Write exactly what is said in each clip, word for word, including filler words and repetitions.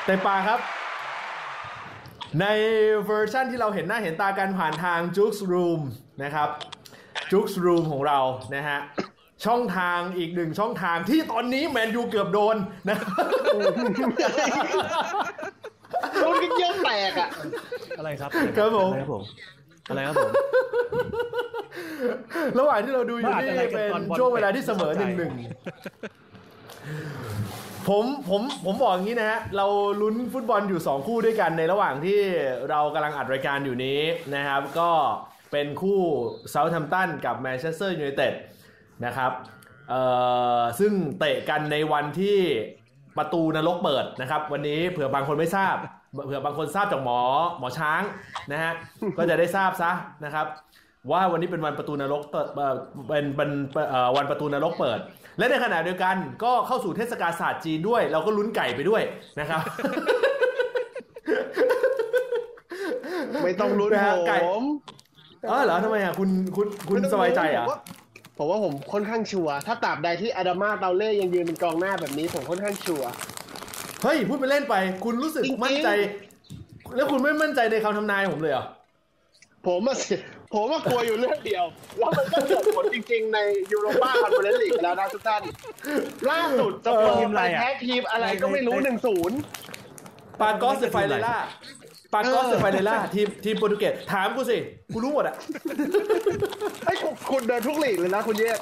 แต่ปาครับในเวอร์ชั่นที่เราเห็นหน้าเห็นตากันผ่านทาง Jukes Room นะครับ Jukes Room ของเรานะฮะช่องทางอีกหนึ่งช่องทางที่ตอนนี้แมนยูเกือบโดนนะโดนกันเยอะแตกอ่ะอะไรครับครับผมอะไรครับผมระหว่างที่เราดูอยู่นี่เป็นช่วงเวลาที่เสมอหนึ่งหนึ่งผมผมผมบอกอย่างนี้นะฮะเราลุ้นฟุตบอลอยู่สองคู่ด้วยกันในระหว่างที่เรากำลังอัดรายการอยู่นี้นะครับก็เป็นคู่เซาท์แฮมป์ตันกับแมนเชสเตอร์ยูไนเต็ดนะครับเอ่อซึ่งเตะกันในวันที่ประตูนรกเปิดนะครับวันนี้เผื่อบางคนไม่ทราบเผื่อบางคนทราบจากหมอหมอช้างนะฮะก็จะได้ทราบซะนะครับว่าวันนี้เป็นวันประตูนรกเป็นเป็นวันประตูนรกเปิดและในขณะเดียวกันก็เข้าสู่เทศกาลศาสตร์จีนด้วยเราก็ลุ้นไก่ไปด้วยนะครับไม่ต้องลุ้นผมอ๋อเหรอทำไมอ่ะคุณคุณคุณสบายใจอ่ะผมว่าผมค่อนข้างชัวร์ถ้าตราบใดที่อาดามาเตาเล่ยังยืนเป็นกองหน้าแบบนี้ผมค่อนข้างชัวร์เฮ้ยพูดไปเล่นไปคุณรู้สึกมั่นใจแล้วคุณไม่มั่นใจในคำทำนายผมเลยเหรอผมอะผมว่ากลัวอยู่เรื่องเดียวแล้วมันก็เกิดผลจริงๆในยูโรป้าคอนเฟอเรนซ์ลีกแล้วนะทุกท่านล่าสุดจะทีมอะไรแพ้ทีมอะไรก็ไม่รู้ หนึ่งศูนย์ปากอสเซไฟเรล่าปากอสเซไฟเรล่าทีมทีมโปรตุเกสถามกูสิกูรู้หมดอ่ะไอ้คุณเดินทุกลีกเลยนะคุณเย่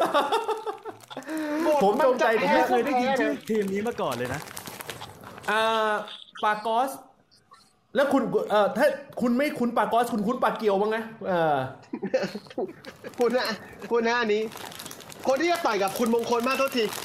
ผมจงใจผมไม่เคยได้ยินชื่อทีมนี้มาก่อนเลยนะอ่าปากอสแล้วคุณเอ่อถ้าคุณไม่คุ้นปากอสคุณคุ้นปากเกียวบ้างไหมเออคุณนะคุณนะอันนี้คนที่จะต่อยกับคุณมงคลมากทุกที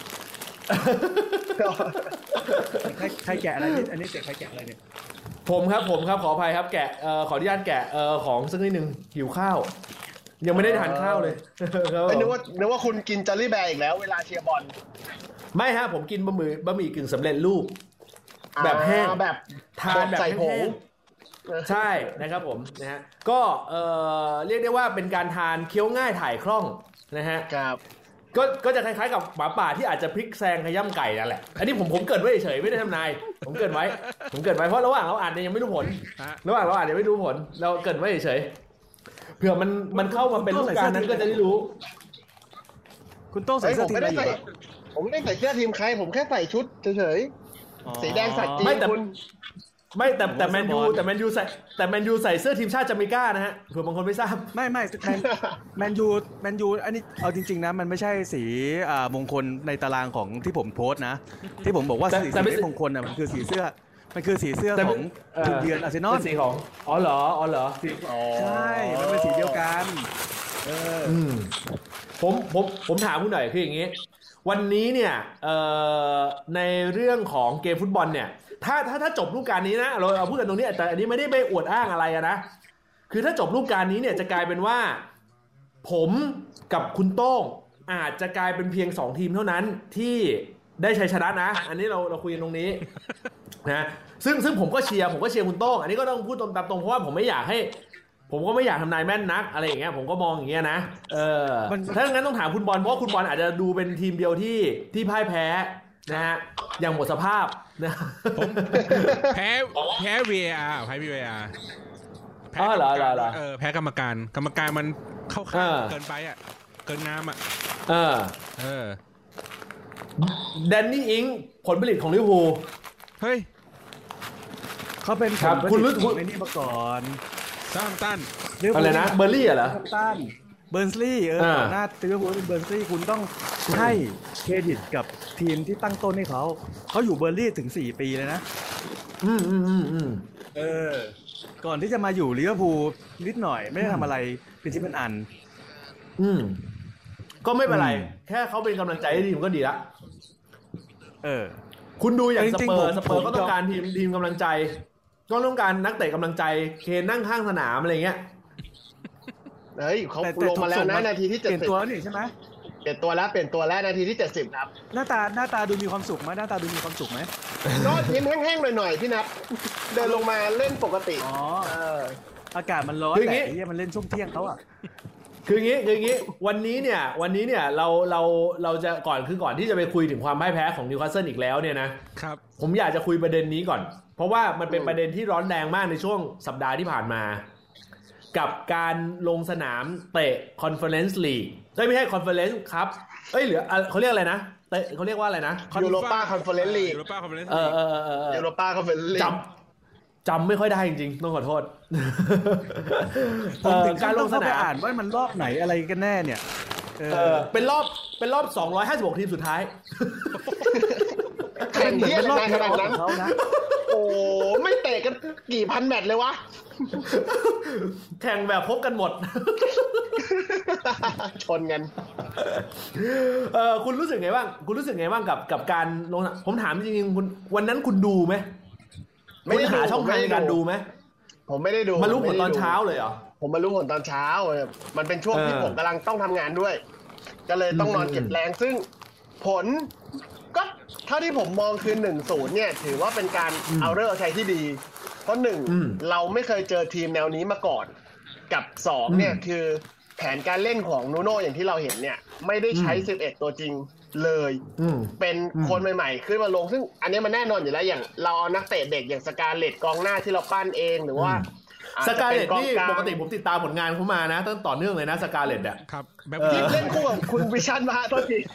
ใครใครแกะอะไรนี่อันนี้เสียงใครแกะอะไรเนี่ยผมครับผมครับขออภัยครับแกะเอ่อขออนุญาตแกะเอ่อของสักนิดนึงหิวข้าวยังไม่ได้ทานข้าวเลยไม่นึกว่านึกว่าคุณกินจอร์ลี่แบร์อีกแล้วเวลาเชียร์บอลไม่ฮะผมกินบะหมี่บะหมี่กึ่งสำเร็จรูปแบบแห้งแบบทานแบบแห้งใช่นะครับผมนะฮะก็เอ่อเรียกได้ว่าเป็นการทานเคี้ยวง่ายถ่ายคล่องนะฮะครับก็ก็จะคล้ายๆกับหมาป่าที่อาจจะพลิกแซงขย้ำไก่นั่นแหละอันนี้ผมผมเกิดไว้เฉยไม่ได้ทำนายผมเกิดไว้ผมเกิดไว้เพราะระหว่างเราอ่านเนี่ยยังไม่รู้ผลระหว่างเราอ่านยังไม่รู้ผลเราเกิดไว้เฉยเผื่อมันมันเข้ามาเป็นรูปการนั้นก็จะได้รู้คุณโต้งใส่เสื้อทีมอะไรอยู่ผมไม่ได้ใส่เสื้อทีมใครผมแค่ใส่ชุดเฉยๆสีแดงสัตว์จีนคุณไม่แต่แต่แมนยูแต่แมนยูใส่แต่แมนยูใส่เสื้อทีมชาติจาเมกานะฮะเผื่อบางคนไม่ทราบไม่ไม่แมนยูแมนยูอันนี้เอาจริงๆนะมันไม่ใช่สีอ่ามงคลในตารางของที่ผมโพสต์นะที่ผมบอกว่าสีสีมงคลอ่ะมันคือสีเสื้อมันคือสีเสื้อของทีมเยือนอาร์เซนอลสีของอ๋อเหรออ๋อเหรอใช่มันเป็นสีเดียวกันเออผมผมผมถามคุณหน่อยคืออย่างงี้วันนี้เนี่ยในเรื่องของเกมฟุตบอลเนี่ยถ้าถ้าถ้าจบฤดูกาลนี้นะเราเอาพูดกันตรงนี้แต่อันนี้ไม่ได้ไปอวดอ้างอะไรนะคือถ้าจบฤดูกาลนี้เนี่ยจะกลายเป็นว่าผมกับคุณโต้งอาจจะกลายเป็นเพียงสองทีมเท่านั้นที่ได้ชัยชนะนะอันนี้เราเราคุยกันตรงนี้นะซึ่งซึ่งผมก็เชียร์ผมก็เชียร์คุณโต้งอันนี้ก็ต้องพูดตรงตามตรงเพราะว่าผมไม่อยากให้ผมก็ไม่อยากทำนายแม่นนักอะไรอย่างเงี้ยผมก็มองอย่างเงี้ยนะเออถ้างั้นต้องถามคุณบอลเพราะคุณบอลอาจจะดูเป็นทีมเดียวที่ที่พ่ายแพ้นะฮะอย่างหมดสภาพนะผมแพ้แพ้ วี เอ อาร์ แพ้ วี เอ อาร์แพ้เหรอเหรอเออแพ้กรรมการกรรมการมันเข้าข้างเกินไปอ่ะเกินงามอ่ะเออเออแดนนี่อิงผลผลิตของลิเวอร์พูลเฮ้ยเขาเป็นครับคุณรู้ในนี้มาก่อนซัมตันอะไรนะเบอร์ลี่เหรอซัมตันเบิร์นสลีย์เออหน้าลิเวอร์พูลเป็นเบิร์นสลีย์คุณต้องให้เครดิตกับทีมที่ตั้งต้นให้เขาเขาอยู่เบอร์ลี่ถึงสี่ปีเลยนะอืมอืมอืมอืมเออก่อนที่จะมาอยู่ลิเวอร์พูลนิดหน่อยไม่ได้ทำอะไรเป็นชิ้นเป็นอันอืมก็ไม่เป็นไรแค่เขาเป็นกำลังใจให้ทีมก็ดีละเออคุณดูอย่างสเปอร์สเปอร์ก็ต้องการทีมทีมกำลังใจก็ต้องการนักเตะกำลังใจเคนนั่งข้างสนามอะไรเงี้ยเฮ้ยเขาลงมาแล้วนะนาทีที่เจ็ดสิบเปลี่ยนตัวนี่ใช่ไหมเปลี่ยนตัวแล้วเปลี่ยนตัวแล้วนาทีที่เจ็ดสิบครับหน้าตาหน้าตาดูมีความสุขไหมหน้าตาดูมีความสุขไหมก็ยิ้มแห้งๆหน่อยๆพี่นัทเดินลงมาเล่นปกติอ๋อเอออากาศมันร้อนแต่ที่มันเล่นช่วงเที่ยงเขาอ่ะคืออย่างนี้คืออย่างนี้วันนี้เนี่ยวันนี้เนี่ยเราเราเราจะก่อนคือก่อนที่จะไปคุยถึงความพ่ายแพ้ของนิวคาสเซิลอีกแล้วเนี่ยนะครับผมอยากจะคุยประเด็นนี้ก่อนเพราะว่ามันเป็นประเด็นที่ร้อนแรงมากในช่วงสัปดาห์ที่ผ่านมากับการลงสนามเตะคอนเฟอเรนซ์ลีกเอ้ยไม่ใช่คอนเฟอเรนซ์ครับเอ้ยหรือเขาเรียกอะไรนะเตะเขาเรียกว่าอะไรนะยูโรป้าคอนเฟอเรนซ์ลีกยูโรป้าคอนเฟอเรนซ์เออเออเออยูโรป้าคอนเฟอเรนซ์ลีกจำจำไม่ค่อยได้จริงๆต้องขอโทษผมถึงการลงสนามอ่านว่ามันรอบไหนอะไรกันแน่เนี่ยเออเป็นรอบเป็นรอบสองร้อยห้าสิบหกทีมสุดท้ายแข่งเหี้ยอะไรขนาดนั้นเขานะโอ้ไม่เตะกันกี่พันแมตช์เลยวะแข่งแบบพบกันหมดชนกันเออคุณรู้สึกไงบ้างคุณรู้สึกไงบ้างกับกับการลงผมถามจริงๆคุณวันนั้นคุณดูไหมไม่ได้หาช่องทางในการดูไหมผมไม่ได้ดูมารู้ผลตอนเช้าเลยเหรอผมมารู้ผลตอนเช้ามันเป็นช่วงที่ผมกำลังต้องทำงานด้วยก็เลยต้องนอนเก็บแรงซึ่งผลก็เท่าที่ผมมองคือ หนึ่งศูนย์ เนี่ยถือว่าเป็นการเอาเลิกเอาชัยที่ดีเพราะหนึ่งเราไม่เคยเจอทีมแนวนี้มาก่อนกับสองเนี่ยคือแผนการเล่นของนูโน่อย่างที่เราเห็นเนี่ยไม่ได้ใช้สิบเอ็ดตัวจริงเลยเป็นคนใหม่ๆขึ้นมาลงซึ่งอันนี้มันแน่นอนอยู่แล้วอย่างเราเอานักเตะเด็กอย่างสกาเลตกองหน้าที่เราปั้นเองหรือว่าสกาเลตนี่ปกติผมติดตามผลงานเขามานะตั้งต่อเนื่องเลยนะสกาเลตอ่ะครับแบบเล่นคู่กับคุณวิชันมาโทษที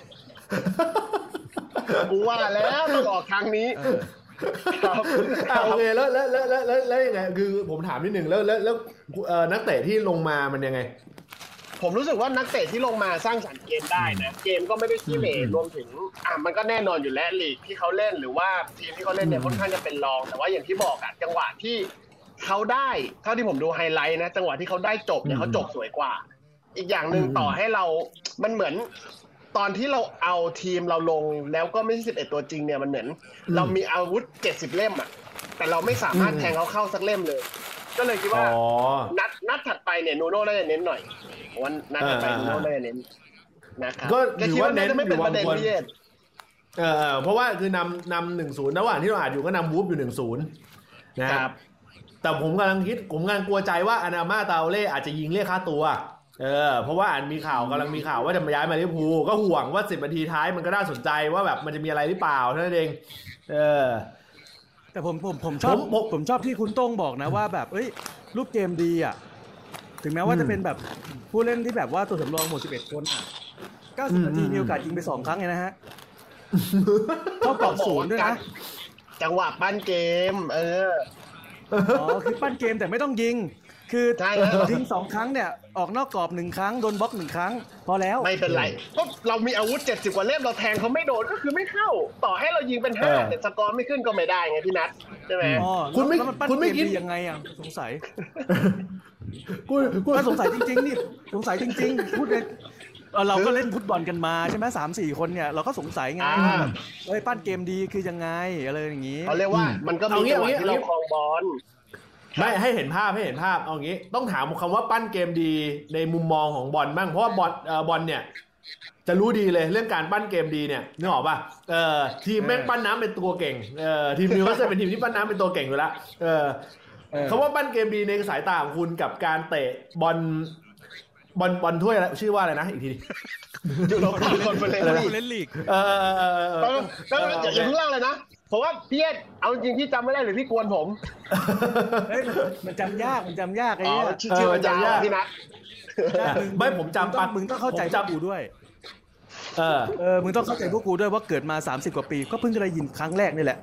กูว่าแล้วต้องออกทางนี้ครับโอเคแล้วแล้วแล้วแล้วแล้วยังไงคือผมถามนิดนึงแล้วแล้วแล้วนักเตะที่ลงมามันยังไงผมรู้สึกว่านักเตะที่ลงมาสร้างสรรค์เกมได้นะเกมก็ไม่ได้ขี้เหร่รวมถึงอ่ะมันก็แน่นอนอยู่แล้วลีกที่เขาเล่นหรือว่าทีมที่เขาเล่นเนี่ยค่อนข้างจะเป็นรองแต่ว่าอย่างที่บอกอ่ะจังหวะที่เขาได้เท่าที่ผมดูไฮไลท์นะจังหวะที่เขาได้จบเนี่ยเขาจบสวยกว่าอีกอย่างนึงต่อให้เรามันเหมือนตอนที่เราเอาทีมเราลงแล้วก็ไม่ใช่สิบเอ็ดตัวจริงเนี่ยมันเหมือนเรามีอาวุธเจ็ดสิบเล่มอ่ะแต่เราไม่สามารถแทงเขาเข้าสักเล่มเลยก็เลยคิดว่านัดนัดถัดไปเนี่ยนูโน่น่าจะเน้นหน่อยวันนัดถัดไปนูโน่น่าจะเน้นนะครับก็ถือว่าเน้นไม่เป็นประเด็นที่เออเพราะว่าคือนำนำหนึ่งศูนย์ระหว่างที่เราอ่านอยู่ก็นำวูฟอยู่หนึ่งศูนย์นะครับแต่ผมกำลังคิดผมกำลังกลัวใจว่าอานามาตาโอเล่อาจจะยิงเรียกค่าตัวเออเพราะว่าอ่านมีข่าวกำลังมีข่าวว่าจะมาย้ายมาลิเวอร์พูลก็ห่วงว่าสิบนาทีท้ายมันก็น่าสนใจว่าแบบมันจะมีอะไรหรือเปล่าเท่านั้นเองเออแต่ผมผมผมชอบผมผมชอบที่คุณโต้งบอกนะว่าแบบเอ้ยรูปเกมดีอ่ะถึงแม้ว่าจะเป็นแบบผู้เล่นที่แบบว่าตัวสำรองหมดสิบเอ็ดคนอ่ะเก้าสิบนาทีมีโอกาสยิงไปสองครั้งไงนะฮะเข้ากรอบศูนย์ด้วยนะจังหวะปั้นเกมเอออ๋อคือปั้นเกมแต่ไม่ต้องยิงคือทิ้งสองครั้งเนี่ยออกนอกกรอบหนึ่งครั้งโดนบล็อกหนึ่งครั้งพอแล้วไม่เป็นไรก็เรามีอาวุธเจ็ดสิบกว่าเล่มเราแทงเขาไม่โดนก็คือไม่เข้าต่อให้เรายิงเป็นห้าแต่สกอร์ไม่ขึ้นก็ไม่ได้ไงพี่นัทใช่ไหมคุณไม่คุณไม่คิดยังไงอ่ะสงสัยกูกูสงสัยจริงๆนี่สงสัยจริงๆพูดเลยเราก็เล่นฟุตบอลกันมาใช่ไหมสามสี่คนเนี่ยเราก็สงสัยไงเฮ้ยปั้นเกมดีคือยังไงอะไรอย่างนี้เขาเรียกว่ามันก็มีจังหวะที่เราครองบอลไม่ให้เห็นภาพให้เห็นภาพเอางี้ต้องถามคำว่าปั้นเกมดีในมุมมองของบอลบ้างเพราะว่าบอลเอ่อบอลเนี่ยจะรู้ดีเลยเรื่องการปั้นเกมดีเนี่ยนึกออกป่ะเอ่อทีมแม่งปั้นน้ำเป็นตัวเก่งเอ่อทีมนิวคาสเซิลเป็นทีมที่ปั้นน้ำเป็นตัวเก่งอยู่แล้วเออคำว่าปั้นเกมดีในสายตาของคุณกับการเตะบอลบอลบอลถ้วยอะไรชื่อว่าอะไรนะอีกทียูโรป้าคอนเฟอเรนซ์ลีกเออก็อย่าอย่าเพิ่งเล่าเลยนะผมว่าพี่เอ็ดเอาจริงที่จำไม่ได้หรือพี่กวนผมเฮ้ยมันจำยากมันจำยากไอ้เนี่ยชื่อมันจำยากพี่นัทไม่ผมจำปักมึงต้องเข้าใจพวกกูด้วยเออเออมึงต้องเข้าใจพวกกูด้วยว่าเกิดมาสามสิบกว่าปีก็เพิ่งจะได้ยินครั้งแรกนี่แหละ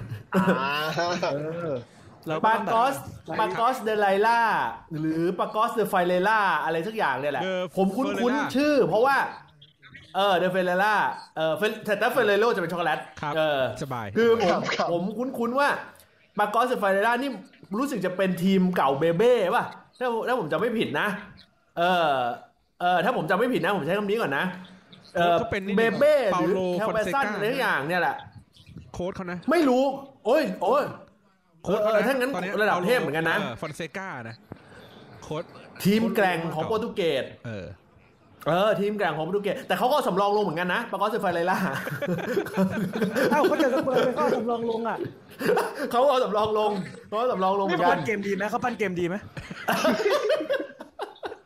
ปากอสปากอสเดไลล่าหรือปากอสเดไฟเลล่าอะไรสักอย่างเนี่ยแหละผมคุ้นๆชื่อเพราะว่าเออเดฟเฟเรล่าเออแต่ถ้าเฟเรโร่จะเป็นช็อกโกแลตเออสบายคือผมผมคุ้นๆว่าปากอสเดไฟเรล่านี่รู้สึกจะเป็นทีมเก่าเบเบ้ป่ะถ้าถ้าผมจำไม่ผิดนะเออเออถ้าผมจำไม่ผิดนะผมใช้คำนี้ก่อนนะเออเบเบ้หรือแคลเปซันอะไรอย่างเนี่ยแหละโค้ชเขานะไม่รู้โอ้ยโอ้ยเออถ้างั้นระดับเทพเหมือนกันนะฟอนเซก้านะโค้ชทีมแกร่งของโปรตุเกสเออเออทีมแกร่งของโปรตุเกสแต่เขาก็สำรองลงเหมือนกันนะปากอสเซฟไฟไลล่าเอ้าเขาจะเปิดไปเขาสำรองลงอ่ะเขาเอาสำรองลงเขาสำรองลงเหมือนกันปั้นเกมดีไหมเขาปั้นเกมดีไหม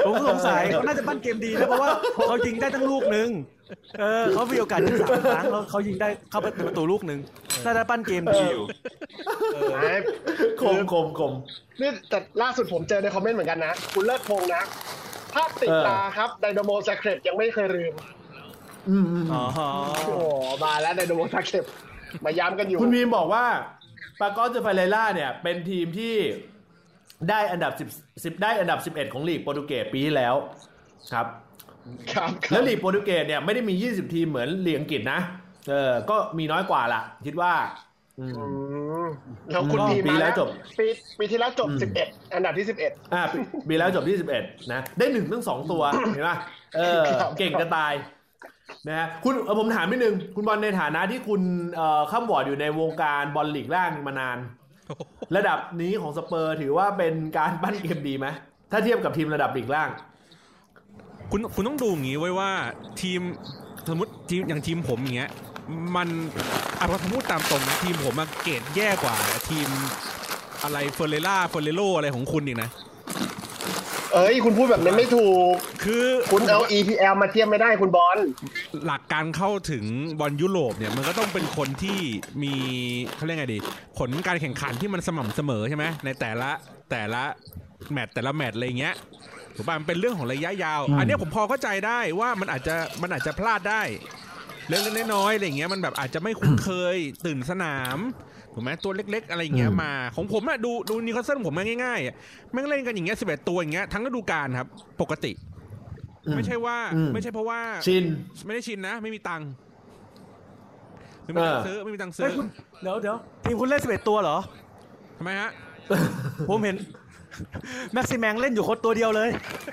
ผมสงสัยเขาน่าจะปั้นเกมดีนะเพราะว่าเขายิงได้ตั้งลูกนึงเออเขามีโอกาสยิงสามครั้งแล้วเขายิงได้เข้าประตูลูกนึงน่าจะปั้นเกมดีอยู่คมคมคมนี่แต่ล่าสุดผมเจอในคอมเมนต์เหมือนกันนะคุณเลิศพงษ์นะภาพติดตาครับไดนาโมซาเกร็บยังไม่เคยลืมอืมอ๋อโอ้มาแล้วไดนาโมซาเกร็บมาย้ำกันอยู่คุณมีมบอกว่าปากอสเจอไฟเรล่าเนี่ยเป็นทีมที่ได้อันดับสิบ สิบได้อันดับสิบเอ็ดของลีกโปรตุเกสปีที่แล้วครับครับแล้วลีกโปรตุเกสเนี่ยไม่ได้มียี่สิบทีมเหมือนลีกอังกฤษนะเออก็มีน้อยกว่าล่ะคิดว่าอืมแล้วคุณทีมปีแล้วจบปีปีที่แล้วจบสิบเอ็ดอันดับที่สิบเอ็ดอ่าปีแล้วจบที่สิบเอ็ดนะได้หนึ่งถึงสองตัวเห็นป่ะเออเก่งจะตายนะฮะคุณผมถามนิดนึงคุณบอลในฐานะที่คุณเอ่อข้ามบอร์ดอยู่ในวงการบอลลีกล่างมานานระดับนี้ของสเปอร์ถือว่าเป็นการปั้นเกมดีไหมถ้าเทียบกับทีมระดับลีกล่างคุณคุณต้องดูอย่างนี้ไว้ว่าทีมสมมติทีมอย่างทีมผมอย่างเงี้ยมันอ่ะพอพูดตามตรงนะทีมผมมาเกรดแย่กว่าทีมอะไรเฟอร์เรล่าเฟอร์เรโลอะไรของคุณอีกนะเอ้ยคุณพูดแบบนี้ไม่ถูกคือคุณเอา อี พี แอล มาเทียบไม่ได้คุณบอลหลักการเข้าถึงบอลยุโรปเนี่ยมันก็ต้องเป็นคนที่มีเขาเรียกไงดีผลการแข่งขันที่มันสม่ำเสมอใช่ไหมในแต่ละแต่ละแมตช์แต่ละแมตช์อะไรเงี้ยถูกป่ะมันเป็นเรื่องของระยะยาวอันนี้ผมพอเข้าใจได้ว่ามันอาจจะมันอาจจะพลาดได้เล็กๆน้อยๆอะไรอย่างเงี้ยมันแบบอาจจะไม่คุ้นเคยตื่นสนามถูกไหมตัวเล็กๆอะไรอย่างเงี้ยมาของผมอะดูดูนิวคาสเซิลผมง่ายๆแม่งเล่นกันอย่างเงี้ยสิบเอ็ดตัวอย่างเงี้ยทั้งฤดูกาลครับปกติไม่ใช่ว่าไม่ใช่เพราะว่าชินไม่ได้ชินนะไม่มีตังค์ไม่มีตังค์ซื้อไม่มีตังค์ซื้อเดี๋ยวเดี๋ยวทีมคุณเล่นสิบเอ็ดตัวเหรอทำไมฮะผมเห็นแม็กซิแมงเล่นอยู่คนตัวเดียวเลย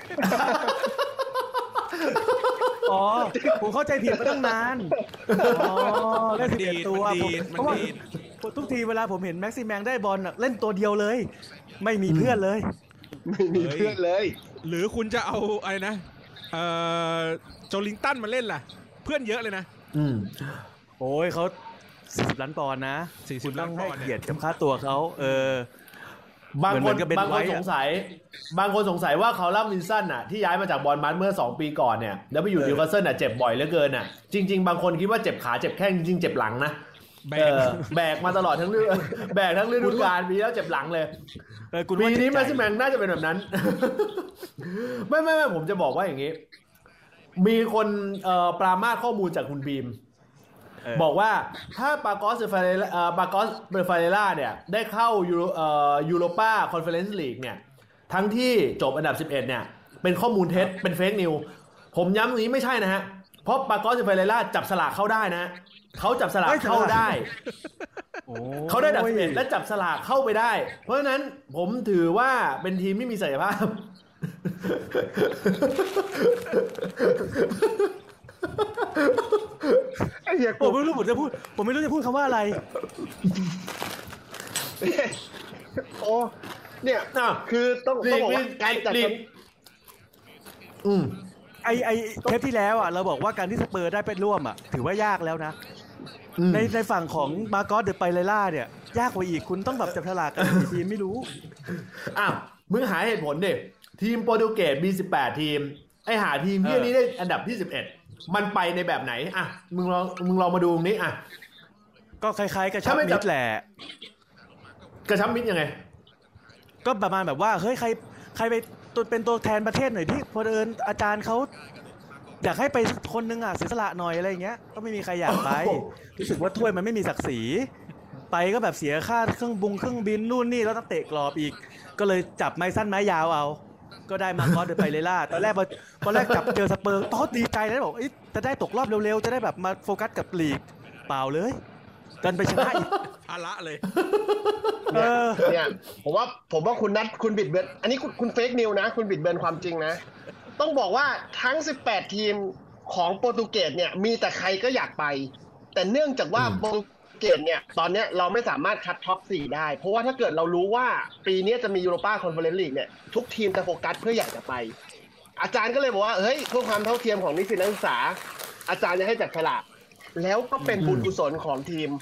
อ๋อผมเข้าใจผิดมาตั้งนานอ๋อเล่นสิบเอ็ดตัวเพราะว่าทุกทีเวลาผมเห็นแม็กซิแมงได้บอลเล่นตัวเดียวเลยไม่มีเพื่อนเลยไม่มีเพื่อนเลยหรือคุณจะเอาอะไรนะเอ่อโจลิงตันมาเล่นล่ะเพื่อนเยอะเลยนะอืมโอ้ยเขาสี่สิบล้านปอนด์นะคุณต้องให้เกียรติกับค่าตัวเขาเออบางคนบางคนสงสัยบางคนสงสัยว่าเขาล่าวินสันน่ะที่ย้ายมาจากบอร์นมัธเมื่อสองปีก่อนเนี่ยแล้วไปอยู่นิวคาสเซิลน่ะเจ็บบ่อยเหลือเกินน่ะจริงๆบางคนคิดว่าเจ็บขาเจ็บแข้งจริงๆเจ็บหลังนะเออแบกมาตลอดทั้งฤดูแบกทั้งฤดูกาลปีแล้วเจ็บหลังเลยปีนี้แมสซี่แมนน่าจะเป็นแบบนั้นไม่ไม่ไม่ผมจะบอกว่าอย่างนี้มีคนเอ่อปรามาสข้อมูลจากคุณบีมบอกว่าถ้าปากอสเฟเรล่าเอ่อปากอสเฟเรล่าเนี่ยได้เข้ายูโรเอ่อยูโรป้าคอนเฟอเรนซ์ลีกเนี่ยทั้งที่จบอันดับสิบเอ็ดเนี่ยเป็นข้อมูลเท็จเป็นเฟกนิวผมย้ำตรงนี้ไม่ใช่นะฮะเพราะปากอสเฟเรล่าจับสลากเข้าได้นะเขาจับสลากเข้าได้เขาได้อันดับสิบเอ็ดและจับสลากเข้าไปได้เพราะฉะนั้นผมถือว่าเป็นทีมที่มีศักยภาพไอ้เหี้ยผมไม่รู้ผมจะพูดผมไม่รู้จะพูดคำว่าอะไรโอ้เนี่ยคือต้องต้องบอกว่าการจัดอืมไอไอเทปที่แล้วอ่ะเราบอกว่าการที่สเปอร์ได้เป็นร่วมอ่ะถือว่ายากแล้วนะในในฝั่งของมาร์กอสเดอไพเรล่าเนี่ยยากกว่าอีกคุณต้องแบบจับฉลากกันกี่ทีมไม่รู้อ้าวมึงหาเหตุผลดิทีมโปรตุเกสมีสิบแปดทีมไอหาทีมที่นี้ได้อันดับที่สิบเอ็ดมันไปในแบบไหนอ่ะมึงลองมึงลองมาดูตรงนี้อ่ะก็คล้ายๆกระชับมิตรแหละกระชับมิตรยังไงก็ประมาณแบบว่าเฮ้ยใครใครไปตัวเป็นตัวแทนประเทศหน่อยที่พอเอิญอาจารย์เขาอยากให้ไปคนนึงอ่ะเสียสละหน่อยอะไรอย่างเงี้ยก็ไม่มีใครอยากไปรู้สึกว่าถ้วยมันไม่มีศักดิ์ศรีไปก็แบบเสียค่าเครื่องบุงเครื่องบินนู่นนี่แล้วต้องเตะกรอบอีกก็เลยจับไม้สั้นไม้ยาวเอาก็ได้มาคอสเดอไพเรล่าตอนแรกพอตอนแรกจับเจอสเปอร์ตอนดีใจแล้วบอกจะได้ตกรอบเร็วๆจะได้แบบมาโฟกัสกับลีกเปล่าเลยกันไปชนะอีกภาระเลยเนี่ยผมว่าผมว่าคุณนัทคุณบิดเบือนอันนี้คุณคุณเฟกนิวนะคุณบิดเบือนความจริงนะต้องบอกว่าทั้งสิบแปดทีมของโปรตุเกสเนี่ยมีแต่ใครก็อยากไปแต่เนื่องจากว่าโปรตุเกสเนี่ยตอนนี้เราไม่สามารถคัดท็อปสี่ได้เพราะว่าถ้าเกิดเรารู้ว่าปีนี้จะมียูโรป้าคอนเฟอเรนซ์ลีกเนี่ยทุกทีมจะโฟกัสเพื่ออยากจะไปอาจารย์ก็เลยบอกว่าเฮ้ยเพื่อความเท่าเทียมของนิสิตนักศึกษาอาจารย์จะให้จัดฉลากแล้วก็เป็นบุญกุศลของทีม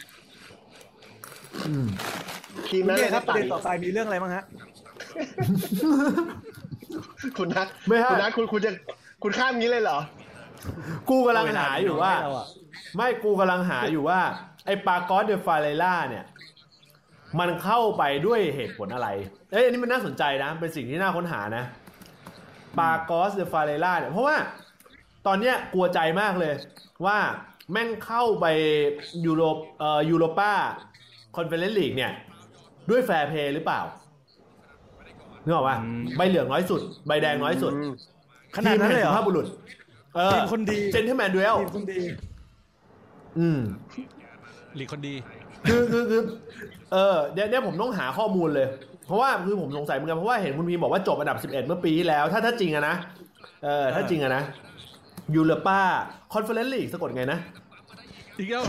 ทีมนั้นเลยครับประเด็นต่อไปมีเรื่องอะไรบ้างฮะคุณนัทคุณนัทคุณคุณจะคุณข้ามงี้เลยเหรอกูกำลังหาอยู่ว่าไม่กูกำลังหาอยู่ว่าไอ้ปากอสเดฟาเรล่าเนี่ยมันเข้าไปด้วยเหตุผลอะไรเอ้ยอันนี้มันน่าสนใจนะเป็นสิ่งที่น่าค้นหานะปากอสเดฟาเรล่าเนี่ยเพราะว่าตอนเนี้ยกลัวใจมากเลยว่าแม่งเข้าไปยูโรเอ่อยูโรป้าคอนเฟอเรนซ์ลีกเนี่ยด้วยแฟร์เพย์หรือเปล่านึกออกป่ะใบเหลืองน้อยสุดใบแดงน้อยสุดขนาดนั้นเลยเหรอสุภาพบุรุษเออทีมคนดีเจนเทลแมนดูเอลทีมคนดีอืมหลีกคนดีคือคือคือเออเดี๋ยวเดี๋ยวผมต้องหาข้อมูลเลยเพราะว่าคือผมสงสัยเหมือนกันเพราะว่าเห็นคุณพีบอกว่าจบอันดับสิบเอ็ดเมื่อปีที่แล้วถ้าถ้าจริงอะนะเออถ้าจริงอะนะยูโรป้าคอนเฟอเรนซ์ลีกสะกดไงนะอีกแล้ว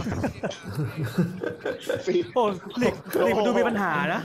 โอ้ลีกลีกมันดูมีปัญหานะ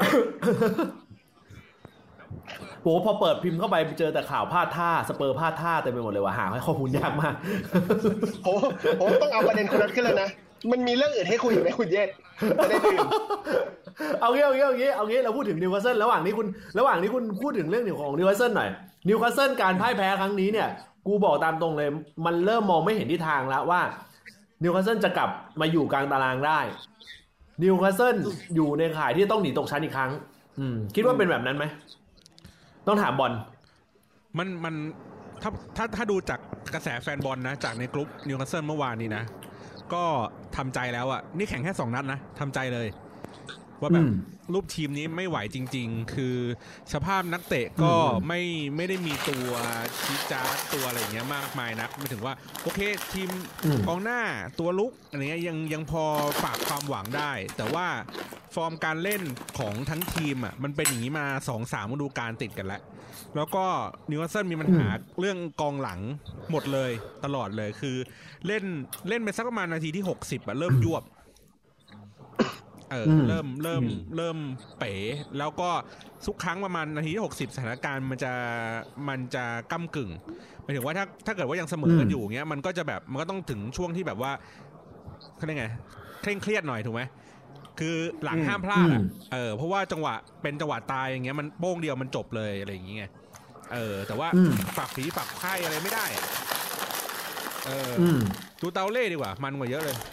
โอ้พอเปิดพิมพ์เข้าไปเจอแต่ข่าวพลาดท่าสเปอร์พลาดท่าเต็มไปหมดเลยว่ะหาให้ข้อมูลยากมากผมผมต้องเอาประเด็นคนนั้นขึ้นเลยนะมันมีเรื่องอื่นให้คุยอยู่ไหมคุณเยศประเด็นอื่นเอางี้เอางี้เอางี้เอางี้เราพูดถึงนิวคาสเซิลระหว่างนี้คุณระหว่างนี้คุณพูดถึงเรื่องของนิวคาสเซิลหน่อยนิวคาสเซิลการพ่ายแพ้ครั้งนี้เนี่ยกูบอกตามตรงเลยมันเริ่มมองไม่เห็นทิศทางแล้วว่านิวคาสเซิลจะกลับมาอยู่กลางตารางได้นิวคาสเซิลอยู่ในข่ายที่ต้องหนีตกชั้นอีกครั้งอืมคิดว่าเป็นแบบนั้นไหมต้องถามบอลมันมันถ้าถ้าถ้าดูจากกระแสแฟนบอลนะจากในกลุ่มนิวคาสเซิลเมื่อวานนี้นะก็ทำใจแล้วอ่ะนี่แข่งแค่สองนัดนะทำใจเลยว่าแบบรูปทีมนี้ไม่ไหวจริงๆคือสภาพนักเตะก็ไม่ไม่ได้มีตัวชี้จ้าตัวอะไรอย่างเงี้ยมากมายนักไม่ถึงว่าโอเคทีมกองหน้าตัวลุกอะไรเงี้ยยังยังพอฝากความหวังได้แต่ว่าฟอร์มการเล่นของทั้งทีมอ่ะมันเป็นอย่างนี้มา สองสาม ฤดูกาลติดกันแล้วแล้วก็นิวคาสเซิลมีปัญหาเรื่องกองหลังหมดเลยตลอดเลยคือเล่นเล่นไปสักประมาณนาทีที่หกสิบอ่ะเริ่มยวบเออเริ่มเริ่มเริ่มเป๋แล้วก็ทุกครั้งประมาณนาทีที่หกสิบสถานการณ์มันจะมันจะก้ำกึ่งหมายถึงว่าถ้าถ้าเกิดว่ายังเสมอกันอยู่เงี้ยมันก็จะแบบมันก็ต้องถึงช่วงที่แบบว่าเขาเรียกไงเคร่งเครียดหน่อยถูกไหมคือหลังห้ามพลาดอ่ะเออเพราะว่าจังหวะเป็นจังหวะตายอย่างเงี้ยมันโป้งเดียวมันจบเลยอะไรอย่างเงี้ยเออแต่ว่าฝากผีฝากไข่อะไรไม่ได้เออดูเตาเล่ดีกว่ามันกว่าเยอะเลย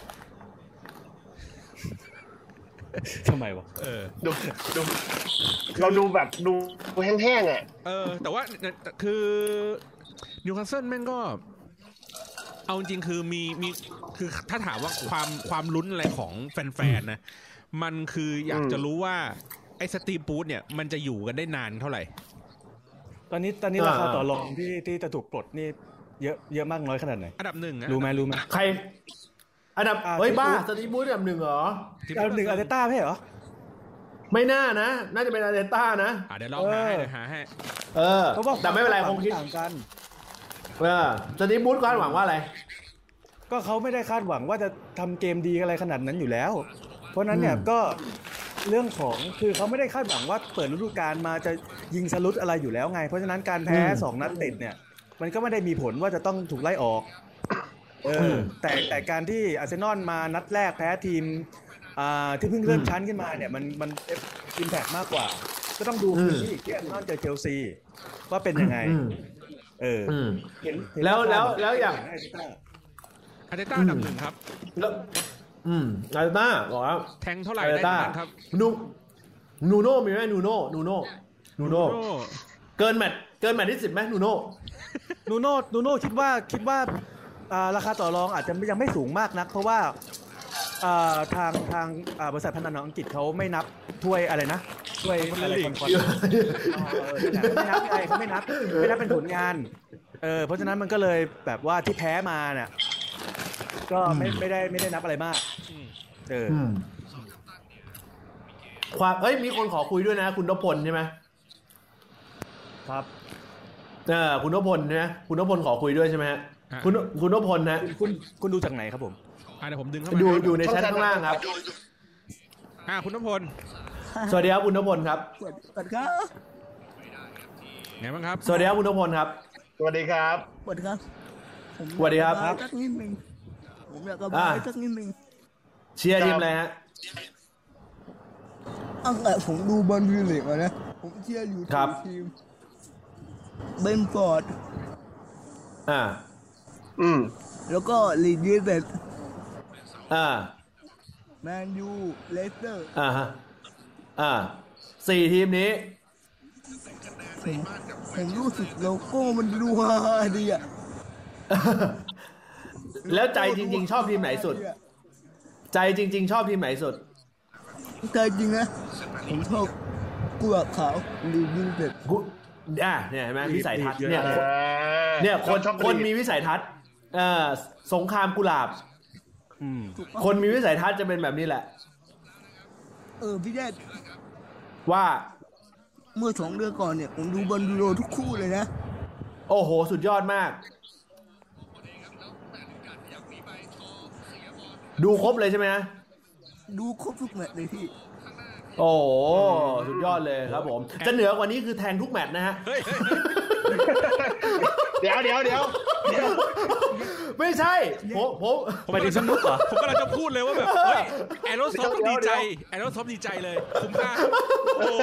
ทำไมวะเออดูดูเราดูแบบดูแห้งๆอ่ะเออแต่ว่าคือนิวคาสเซิลแม่งก็เอาจริงคือมีมีคือถ้าถามว่าความความลุ้นอะไรของแฟนๆนะมันคืออยากจะรู้ว่าไอ้สตีฟบูธเนี่ยมันจะอยู่กันได้นานเท่าไหร่ตอนนี้ตอนนี้ราคาต่อรองที่ที่จะถูกปลดนี่เยอะเยอะมากน้อยขนาดไหนอันดับหนึ่งรู้ไหมรู้ไหมใครอันดับเฮ้ยบ้าสตีฟบูธอันดับหนึ่งเหรออันดับหนึ่งอาร์เตต้าไม่เหรอไม่น่านะน่าจะเป็นอาร์เตต้านะอ่ะเดี๋ยวลองหาให้หาให้เออแต่ไม่เป็นไรคงคิดต่างกันเออสตีฟบูธคาดหวังว่าอะไรก็เขาไม่ได้คาดหวังว่าจะทำเกมดีอะไรขนาดนั้นอยู่แล้วเพราะนั้นเนี่ยก็เรื่องของคือเขาไม่ได้คาดหวังว่าเปิดฤดูกาลมาจะยิงสลุดอะไรอยู่แล้วไงเพราะฉะนั้นการแพ้สองนัดติดเนี่ยมันก็ไม่ได้มีผลว่าจะต้องถูกไล่ออกเออแต่แต่การที่อาร์เซนอลมานัดแรกแพ้ทีมอ่าที่เพิ่งเลื่อนชั้นขึ้นมาเนี่ยมันมันอิมแพคมากกว่าก็ต้องดูคืนที่ที่อาร์เซนอลเจอเชลซีว่าเป็นยังไงเออเห็นแล้วแล้วแล้วอย่างอาร์เตต้าอันดับหนึ่งครับแล้วอืมอาร์เตต้าบอกว่าแทงเท่าไหร่ได้ครับนูนูโน่มีไหมนูโน่นูโน่นูโน่เกินแมตช์เกินแมตช์ที่สิบไหมนูโน่นูโน่นูโน่คิดว่าคิดว่าราคาต่อรองอาจจะยังไม่สูงมากนักเพราะว่าทางทางบริษัทพนันของอังกฤษเขาไม่นับถ้วยอะไรนะถ้วยอะไรคอนคอนไม่นับอะไรเขาไม่นับไม่นับเป็นผลงานเออเพราะฉะนั้นมันก็เลยแบบว่าที่แพ้มาเนี่ยก็ไม่ไม่ได้ไม่ได้นับอะไรมากเออความเอ้ยมีคนขอคุยด้วยนะคุณนพพลใช่ไหมครับเออคุณนพพลนะคุณนพพลขอคุยด้วยใช่ไหมฮะคุณคุณนพพลนะคุณคุณดูจากไหนครับผมอ่าเดี๋ยวผมดึงเข้ามาดูอยู่ในแชทข้างล่างครับอ่าคุณนพพลสวัสดีครับคุณนพพลครับสวัสดีครับไงบ้างครับสวัสดีครับคุณนพพลครับสวัสดีครับสวัสดีครับสวัสดีครับสักนิดนึงผมอยากระบายสักนิดนึงเชียร์ทีมอะไรฮะตั้งแต่ผมดูบอลพรีเมียร์ลีกมานะผมเชียร์อยู่ทีมเบนฟอร์ดอ่าอืมแล้วก็ลีดยูไนเต็ดอ่าแมนยูเลสเตอร์อ่าฮะอ่าสี่ทีมนี้ผมผมรู้สึกโลโก้มันดูฮาดีอ่ะแล้วใจจริงๆชอบทีมไหนสุดใจจริงๆชอบทีมไหนสุดใจจริงนะผมชอบกุหลาบขาวลีดยูไนเต็ดอ่ะเนี่ยเห็นไหมวิสัยทัศน์เนี่ยเนี่ยคนคนมีวิสัยทัศน์เอ่อสงครามกุหลาบคนมีวิสัยทัศน์จะเป็นแบบนี้แหละเออพี่แดดว่าเมื่อสองเดือนก่อนเนี่ยผมดูบอลยูโรทุกคู่เลยนะโอ้โหสุดยอดมากดูครบเลยใช่ไหมฮะดูครบทุกแมตช์เลยพี่โอ้โหสุดยอดเลยครับผมจะเหนือกว่านี้คือแทงทุกแมตช์นะฮะเดี๋ยวเดี๋ยวเดี๋ยวไม่ใช่ผมผมไปดิสนุกเหรอผมกำลังจะพูดเลยว่าแบบเฮ้ยแอโรซอฟดีใจแอโรซอฟดีใจเลยคุ้มค่าโอ้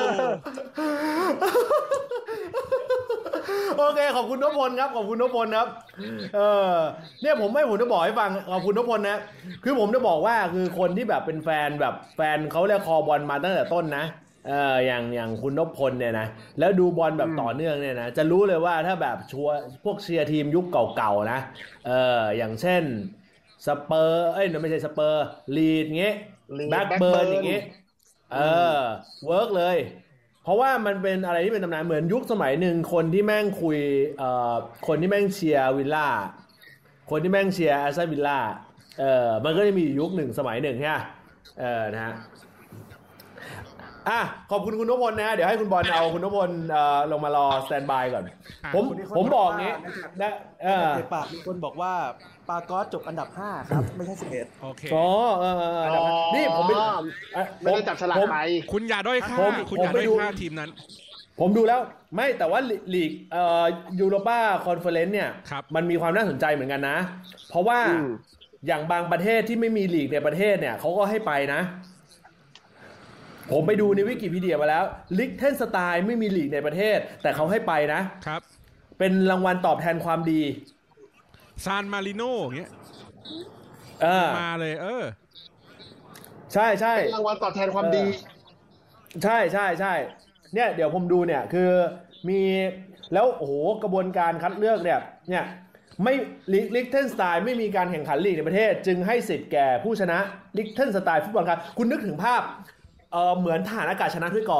โอเคขอบคุณนพพลครับขอบคุณนพพลครับเออเนี่ยผมไม่ผมจะบอกให้ฟังขอบคุณนพพลนะคือผมจะบอกว่าคือคนที่แบบเป็นแฟนแบบแฟนเขาเรียกคอบอลมาตั้งแต่ต้นนะเอออย่างอย่างคุณนพพลเนี่ยนะแล้วดูบอลแบบต่อเนื่องเนี่ยนะจะรู้เลยว่าถ้าแบบชัวพวกเชียร์ทีมยุคเก่าๆนะเอออย่างเช่นสเปอร์เอ้ยไม่ใช่สเปอร์ลีดเงี้ยแบ็คเบิร์นอย่างเงี้ยเออเวิร์กเลยเพราะว่ามันเป็นอะไรที่เป็นตำนานเหมือนยุคสมัยหนึ่งคนที่แม่งคุยเอ่อคนที่แม่งเชียร์วิลล่าคนที่แม่งเชียร์แอสตันวิลล่าเออมันก็จะมียุคหนึ่งสมัยหนึ่งใช่ไหมเออนะฮะอ่ะขอบคุณคุณนพพลนะเดี๋ยวให้คุณบอลเอาคุณนพพลเอ่อลงมารอสแตนบายก่อนผมผมบอกงี้นะเออปากมีคนบอกว่าปาก๊อตจบอันดับห้าครับไม่ใช่สิบเอ็ดโอเคอ๋อเออนี่ผมไปไม่ได้จับฉลากไปคุณอย่าด้อยค่าคุณอย่าด้อยค่าทีมนั้นผมดูแล้วไม่แต่ว่าลีกเอ่อยูโรป้าคอนเฟอเรนซ์เนี่ยมันมีความน่าสนใจเหมือนกันนะเพราะว่าอย่างบางประเทศที่ไม่มีลีกในประเทศเนี่ยเขาก็ให้ไปนะผมไปดูในวิกิพีเดียมาแล้วลิกเทนสไตน์ไม่มีลีกในประเทศแต่เขาให้ไปนะครับเป็นรางวัลตอบแทนความดีซานมาริโนอย่างเงี้ยเออมาเลยเออใช่ใช่เป็นรางวัลตอบแทนความดีใช่ใช่ใช่เนี่ยเดี๋ยวผมดูเนี่ยคือมีแล้วโอ้โหกระบวนการคัดเลือกเนี่ยเนี่ยไม่ลิกเทนสไตน์ไม่มีการแข่งขันลีกในประเทศจึงให้สิทธิ์แก่ผู้ชนะลิกเทนสไตน์ฟุตบอลครับคุณนึกถึงภาพเออเหมือนทหารอากาศชนะถ้วยกอ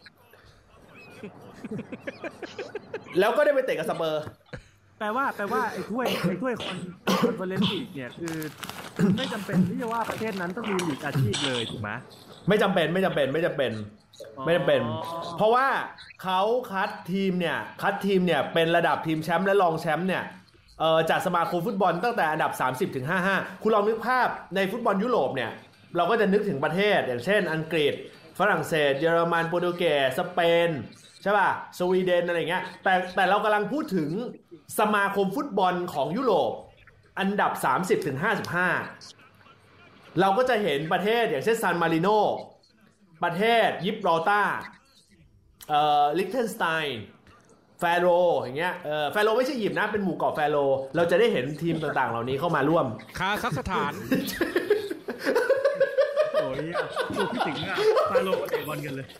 แล้วก็ได้ไปเตะกับสเปอร์แปลว่าแปลว่าไอ้ถ้วยไอ้ถ้วยคอนเฟอเรนซ์ลีกเนี่ยคือไม่จำเป็นที่จะว่าประเทศนั้นต้องมีลีกอาชีพเลยถูกไหมไม่จำเป็นไม่จำเป็นไม่จำเป็นไม่จำเป็นเพราะว่าเขาคัดทีมเนี่ยคัดทีมเนี่ยเป็นระดับทีมแชมป์และรองแชมป์เนี่ยเอ่อจากสมาคมฟุตบอลตั้งแต่อันดับสามสิบถึงห้าสิบห้าคุณลองนึกภาพในฟุตบอลยุโรปเนี่ยเราก็จะนึกถึงประเทศอย่างเช่นอังกฤษฝรั่งเศสเยอรมันโปรตุเกสสเปนใช่ป่ะสวีเดนอะไรเงี้ยแต่แต่เรากำลังพูดถึงสมาคมฟุตบอลของยุโรปอันดับสามสิบถึงห้าสิบห้าเราก็จะเห็นประเทศอย่างเช่นซานมาริโนประเทศยิบรอลตาเอ่อลิกเทนสไตน์แฟโรอย่างเงี้ยเออแฟโรไม่ใช่หยิบนะเป็นหมู่เกาะแฟโรเราจะได้เห็นทีมต่างๆเหล่านี้เข้ามาร่วมคาซัคสถานโอ้ยพูดถึงอ่ะแฟโรเตะบอลกันเลย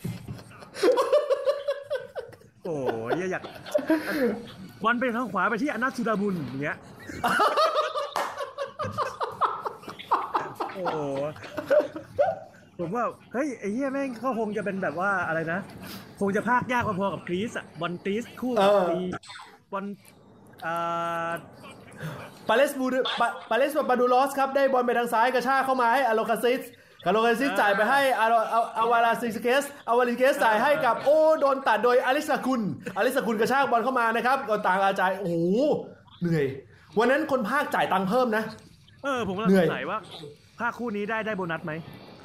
โอ้ยอยากบอลไปทางขวาไปที่อนัสสุดาบุญอย่างเงี้ยโอ้ผมว่าเฮ้ยไอ้เหี้ยแม่งเขาคงจะเป็นแบบว่าอะไรนะคงจะพากยากพอๆกับกรีซอ่ะบอลกรีซคู่ตีบอลอ่าปาเลสบูปาเลสบาดูลอสครับได้บอลไปทางซ้ายกระชากเข้ามาให้อโลคาซิสคาโลคาซิสจ่ายไปให้อาวาลาซิสเกสอาวาลิเกสจ่ายให้กับโอ้โดนตัดโดยอลิสกุลอลิสกุลกระชากบอลเข้ามานะครับก็ต่างอาจายโอ้โหเหนื่อยวันนั้นคนภาคจ่ายตังค์เพิ่มนะเออผมก็สงสัยว่าภาคคู่นี้ได้ได้โบนัสไหม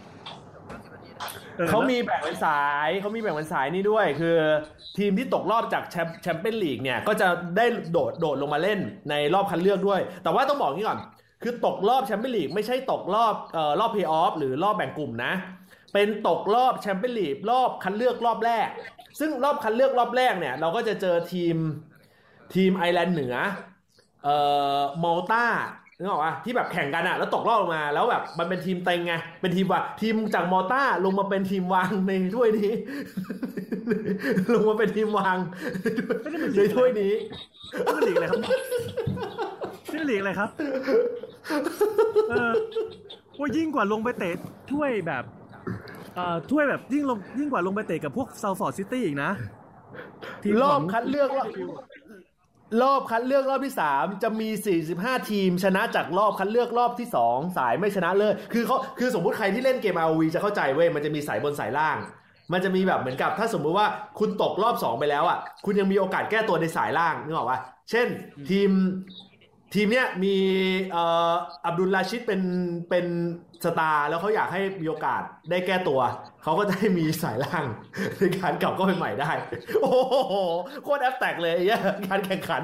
เขามีแบ่งเป็นสายเขามีแบ่งเป็นสายนี่ด้วยคือทีมที่ตกรอบจากแชมป์แชมเปี้ยนลีกเนี่ยก็จะได้โดดโดดลงมาเล่นในรอบคัดเลือกด้วยแต่ว่าต้องบอกงี้ก่อนคือตกรอบแชมเปี้ยนลีกไม่ใช่ตกรอบเอ่อรอบเพลย์ออฟหรือรอบแบ่งกลุ่มนะเป็นตกรอบแชมเปี้ยนลีกรอบคัดเลือกรอบแรกซึ่งรอบคัดเลือกรอบแรกเนี่ยเราก็จะเจอทีมทีมไอร์แลนด์เหนือเอ่อมัลตานึกออกป่ะที่แบบแข่งกันอะแล้วตกรอบลงมาแล้วแบบมันเป็นทีมเต็งไงเป็นทีมว่าทีมจากมัลตาลงมาเป็นทีมวางในถ้วยนี้ ลงมาเป็นทีมวางในถ้วยนี้นี่มันลีกอะไรครับนี่มันลีกอะไรครับเออว่ายิ่งกว่าลงไปเตะถ้วยแบบเอ่อถ้วยแบบยิ่งลงยิ่งกว่าลงไปเตะกับพวกซัลฟอร์ดซิตี้อีกนะรอบคัดเลือกรอบรอบคัดเลือกรอบที่สามจะมีสี่สิบห้าทีมชนะจากรอบคัดเลือกรอบที่สองสายไม่ชนะเลยคือเขาคือสมมุติใครที่เล่นเกม อาร์ โอ วี จะเข้าใจเว้ยมันจะมีสายบนสายล่างมันจะมีแบบเหมือนกับถ้าสมมุติว่าคุณตกรอบสองไปแล้วอ่ะคุณยังมีโอกาสแก้ตัวในสายล่างนึกออกป่ะเช่นทีมทีมเนี้ยมีเอ่ออับดุลราชิดเป็นเป็นสตาร์แล้วเขาอยากให้มีโอกาสได้แก้ตัวเขาก็จะให้มีสายล่างในการกลับก็เป็นใหม่ได้โอ้โหโคตรแอปแตกเลยเนี่ยการแข่งขัน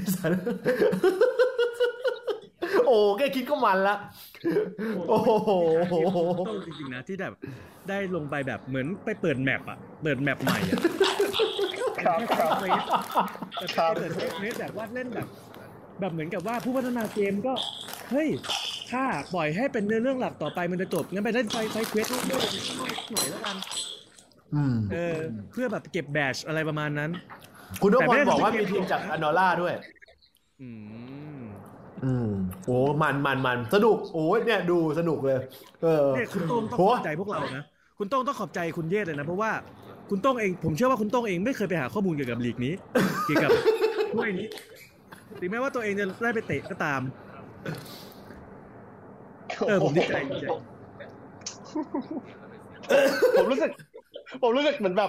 โอ้แค่คิดก็มันละโอ้โหจริงๆนะที่แบบได้ลงไปแบบเหมือนไปเปิดแมปอ่ะเปิดแมปใหม่อ่ะครับครับครับเปิดเนสแบบว่าเล่นแบบแบบเหมือนกับว่าผู้พัฒนาเกมก็เฮ้ยถ้าปล่อยให้เป็นเรื่องหลักต่อไปมันจะจบงั้นไปเล่นไฟไฟเควสด้วยหน่อยแล้วกันเออเพื่อแบบเก็บแบชอะไรประมาณนั้นคุณนพพลบอกว่ามีทีมจากอโนล่าด้วยอืมอืมโอ้มันมันมันสนุกโอ้ยเนี่ยดูสนุกเลยเออเนี่ยคุณโต้งต้องขอบใจพวกเรานะคุณโต้งต้องขอบใจคุณเยศเลยนะเพราะว่าคุณโต้งเองผมเชื่อว่าคุณโต้งเองไม่เคยไปหาข้อมูลเกี่ยวกับลีกนี้เกี่ยวกับถ้วยนี้ถึงแม้ว่าตัวเองจะได้ไปเตะก็ตามเออผมดีใจดีใจผมรู้สึกผมรู้สึกเหมือนแบบ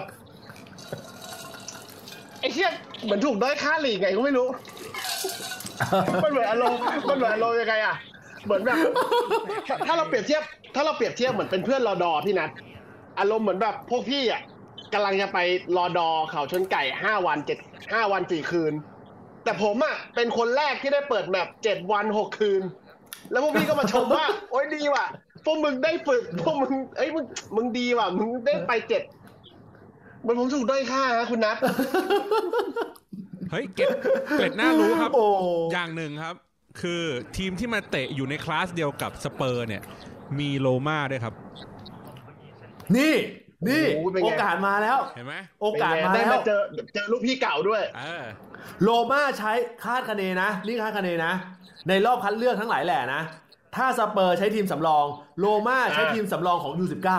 ไอ้เชี่ยเหมือนถูกด้อยค่าลีกไงก็ไม่รู้มันเหมือนอารมณ์มันเหมือนอารมณ์ยังไงอ่ะเหมือนแบบถ้าเราเปรียบเทียบถ้าเราเปรียบเทียบเหมือนเป็นเพื่อนรอดอพี่นัทอารมณ์เหมือนแบบพวกพี่อ่ะกำลังจะไปรอดอเขาชนไก่ห้าวันเจ็ดห้าวันสี่คืนแต่ผมอ่ะเป็นคนแรกที่ได้เปิดแมปเจ็ดวันหกคืนแล้วพวกพี่ก็มาชมว่าโอ๊ยดีว่ะพวกมึงได้ฝึกพวกมึงเอ้ยมึงมึงดีว่ะมึงได้ไปเจ็ดมันผมถูกด้อยค่าฮะคุณนัทเฮ้ยเก็บเก็บน่ารู้ครับอย่างหนึ่งครับคือทีมที่มาเตะอยู่ในคลาสเดียวกับสเปอร์เนี่ยมีโรม่าด้วยครับนี่นี่โอกาสมาแล้วเห็นไหมโอกาสมาแล้วได้มาเจอเจอลูกพี่เก่าด้วยโรม่าใช้คาดคะเนนะนี่คาดคะเนนะในรอบคัดเลือกทั้งหลายแหล่นะถ้าสเปอร์ใช้ทีมสำรองโรม่าใช้ทีมสำรองของ ยู สิบเก้า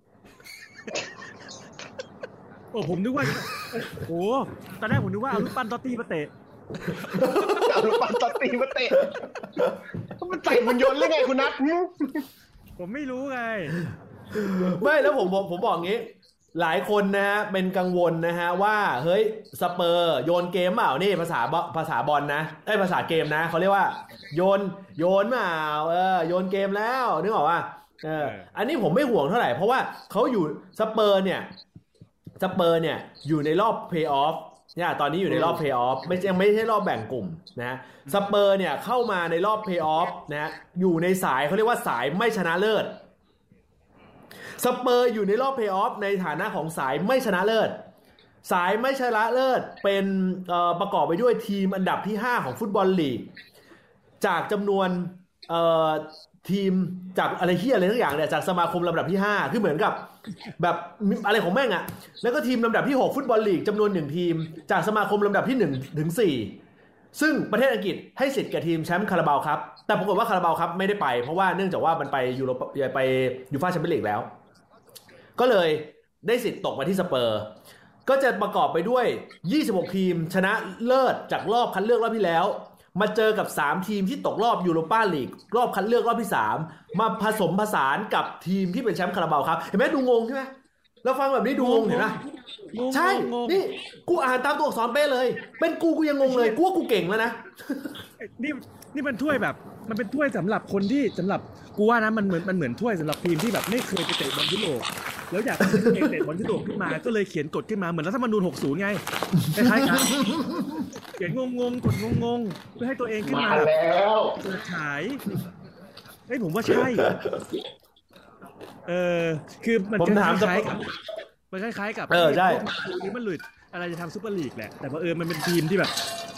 โอ้ผมนึกว่าโอ้ตอนแรกผมนึกว่าเอาลูกปั้นตอตตี้มาเตะเอาลูกปั้นตอตตี้มาเตะมันใส่มันยนต์หรือไงคุณนัทผมไม่รู้ไงไม่แล้วผมผมผมบอกงี้หลายคนนะฮะเป็นกังวลนะฮะว่าเฮ้ยสเปอร์โยนเกมเปล่านี่ภาษาภาษาบอลนะไอ้ภาษาเกมนะเขาเรียกว่าโยนโยนเปล่าเออโยนเกมแล้วนึกออกป่ะเอออันนี้ผมไม่ห่วงเท่าไหร่เพราะว่าเขาอยู่สเปอร์เนี่ยสเปอร์เนี่ยอยู่ในรอบเพลย์ออฟเนี่ยตอนนี้อยู่ในรอบเพลย์ออฟไม่ยังไม่ใช่รอบแบ่งกลุ่มนะสเปอร์เนี่ยเข้ามาในรอบเพลย์ออฟนะอยู่ในสายเขาเรียกว่าสายไม่ชนะเลิศสเปอร์อยู่ในรอบเพลย์ออฟในฐานะของสายไม่ชนะเลิศสายไม่ชนะเลิศเป็นประกอบไปด้วยทีมอันดับที่ห้าของฟุตบอลลีกจากจำนวนทีมจากอะไรที่อะไรทั้งอย่างเนี่ยจากสมาคมลำดับที่ห้าคือเหมือนกับแบบอะไรของแม่งอะแล้วก็ทีมลำดับที่หกฟุตบอลลีกจำนวนหนึ่งทีมจากสมาคมลำดับที่หนึ่งถึงสี่ซึ่งประเทศอังกฤษให้สิทธิ์แก่ทีมแชมป์คาราบาวครับแต่ปรากฏว่าคาราบาวครับไม่ได้ไปเพราะว่าเนื่องจากว่ามันไปยูโรไปยูฟ่าแชมเปี้ยนลีกแล้วก็เลยได้สิทธิ์ตกมาที่สเปอร์ก็จะประกอบไปด้วยยี่สิบหกทีมชนะเลิศจากรอบคัดเลือกรอบที่แล้วมาเจอกับสามทีมที่ตกรอบยูโรปาลีกรอบคัดเลือกรอบที่สามมาผสมผสานกับทีมที่เป็นแชมป์คาราบาวครับเห็นไหมดูงงใช่ไหมเราฟังแบบนี้ดูงงเห็นไหมใช่นี่กูอ่านตามตัวอักษรเป๊ะเลยเป็นกูกูยังงงเลยกูว่ากูเก่งแล้วนะนี่นี่มันถ้วยแบบมันเป็นถ้วยสำหรับคนที่สำหรับกูว่านะมันเหมือนมันเหมือนถ้วยสำหรับทีมที่แบบไม่เคยไปเตะบอลยุโรปแล้วอยากเป็นเก่งเตะบอลยุโรปขึ้นมาก็เลยเขียนกฎขึ้นมาเหมือนรัฐธรรมนูญหกสิบไงคล้ายๆกันเขียนงงๆกฎงงๆเพื่อให้ตัวเองขึ้นมาแล้วเปิดฉายเฮ้ยผมว่าใช่เออคือมันคล้ายๆกับมันคล้ายๆกับเออใช่ทีมมันหลุดอะไรจะทำซุปเปอร์ลีกแหละแต่ว่าเออมันเป็นทีมที่แบบ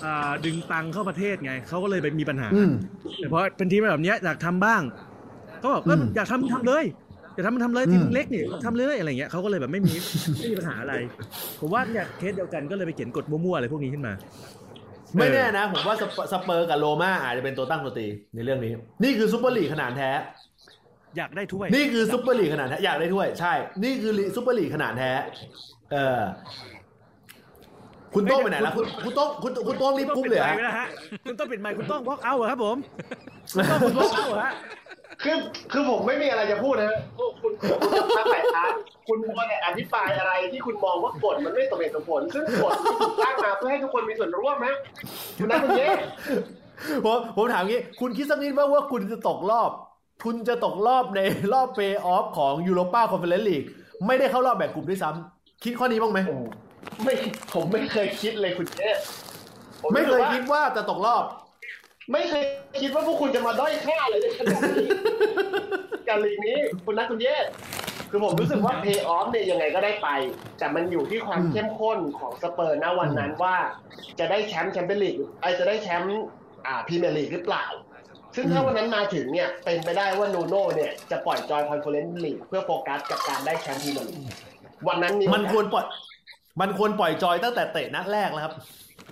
ดึงตังเข้าประเทศไงเขาก็เลยไปมีปัญหาแต่เพราะเป็นทีมแบบนี้อยากทำบ้างก็บอกก็อยากทำทำเลยอยากทำมันทำเลยทีมเล็กนี่ทำเลยอะไรเงี้ยเขาก็เลยแบบไม่มีไม่มีปัญหาอะไรผมว่าเนี่ยเคสเดียวกันก็เลยไปเขียนกฎมั่วๆอะไรพวกนี้ขึ้นมาไม่แน่นะผมว่าสเปอร์กับโรม่าอาจจะเป็นตัวตั้งตัวตีในเรื่องนี้นี่คือซุปเปอร์ลีกขนาดแท้อยากได้ถ้วยนี่คือซุปเปอร์ลีกขนาดแท้อยากได้ถ้วยใช่นี่คือซุปเปอร์ลีกขนาดแท้เออคุณโต้งไปไหนล่ะคุณคุณโต้งคุณคุณโต้งรีบกุ้มเลยฮะคุณต้องปิดไมค์คุณต้องวอล์กเอาท์เหรอครับผมคุณต้องคุณวอล์กเอาท์เหรอฮะคือคือผมไม่มีอะไรจะพูดนะพวกคุณคุณทักฝ่ายค้านคุณมัวแต่อภิปรายอะไรที่คุณมองว่ากฎมันไม่สมเหตุสมผลซึ่งกฎที่ถูกสร้างมาเพื่อให้ทุกคนมีส่วนร่วมนะคุณนั่นคุณเย่ผมผมถามงี้คุณคิดสักนิดว่าว่าคุณจะตกรอบคุณจะตกรอบในรอบเพลย์ออฟของยูโรป้าคอนเฟอเรนซ์ลีกไม่ได้เข้ารอบแบ่งกลุ่มด้วยซ้ำคิดข้อนี้บ้างไหมไม่ผมไม่เคยคิดเลยคุณเย่ไม่เคยคิดว่าจะตกรอบไม่เคยคิดว่าพวกคุณจะมาด้อยค่าเลยในขนาดนี้การลีกนี้คุณนัทคุณเย่คือผมรู้สึกว่าเพย์ออฟเนี่ยยังไงก็ได้ไปแต่มันอยู่ที่ความเข้มข้นของสเปอร์ณวันนั้นว่าจะได้แชมป์แชมเปี้ยนลีกไอจะได้แชมป์อ่าพรีเมียร์ลีกหรือเปล่าซึ่งถ้าวันนั้นมาถึงเนี่ยเป็นไปได้ว่านูโน่เนี่ยจะปล่อยจอยคอนเฟอเรนซ์ลีกเพื่อโฟกัสกับการได้แชมป์พรีเมียร์ลีกวันนั้นมันควรปล่อยมันควรปล่อยจอยตั้งแต่เตะนัดแรกแล้วครับ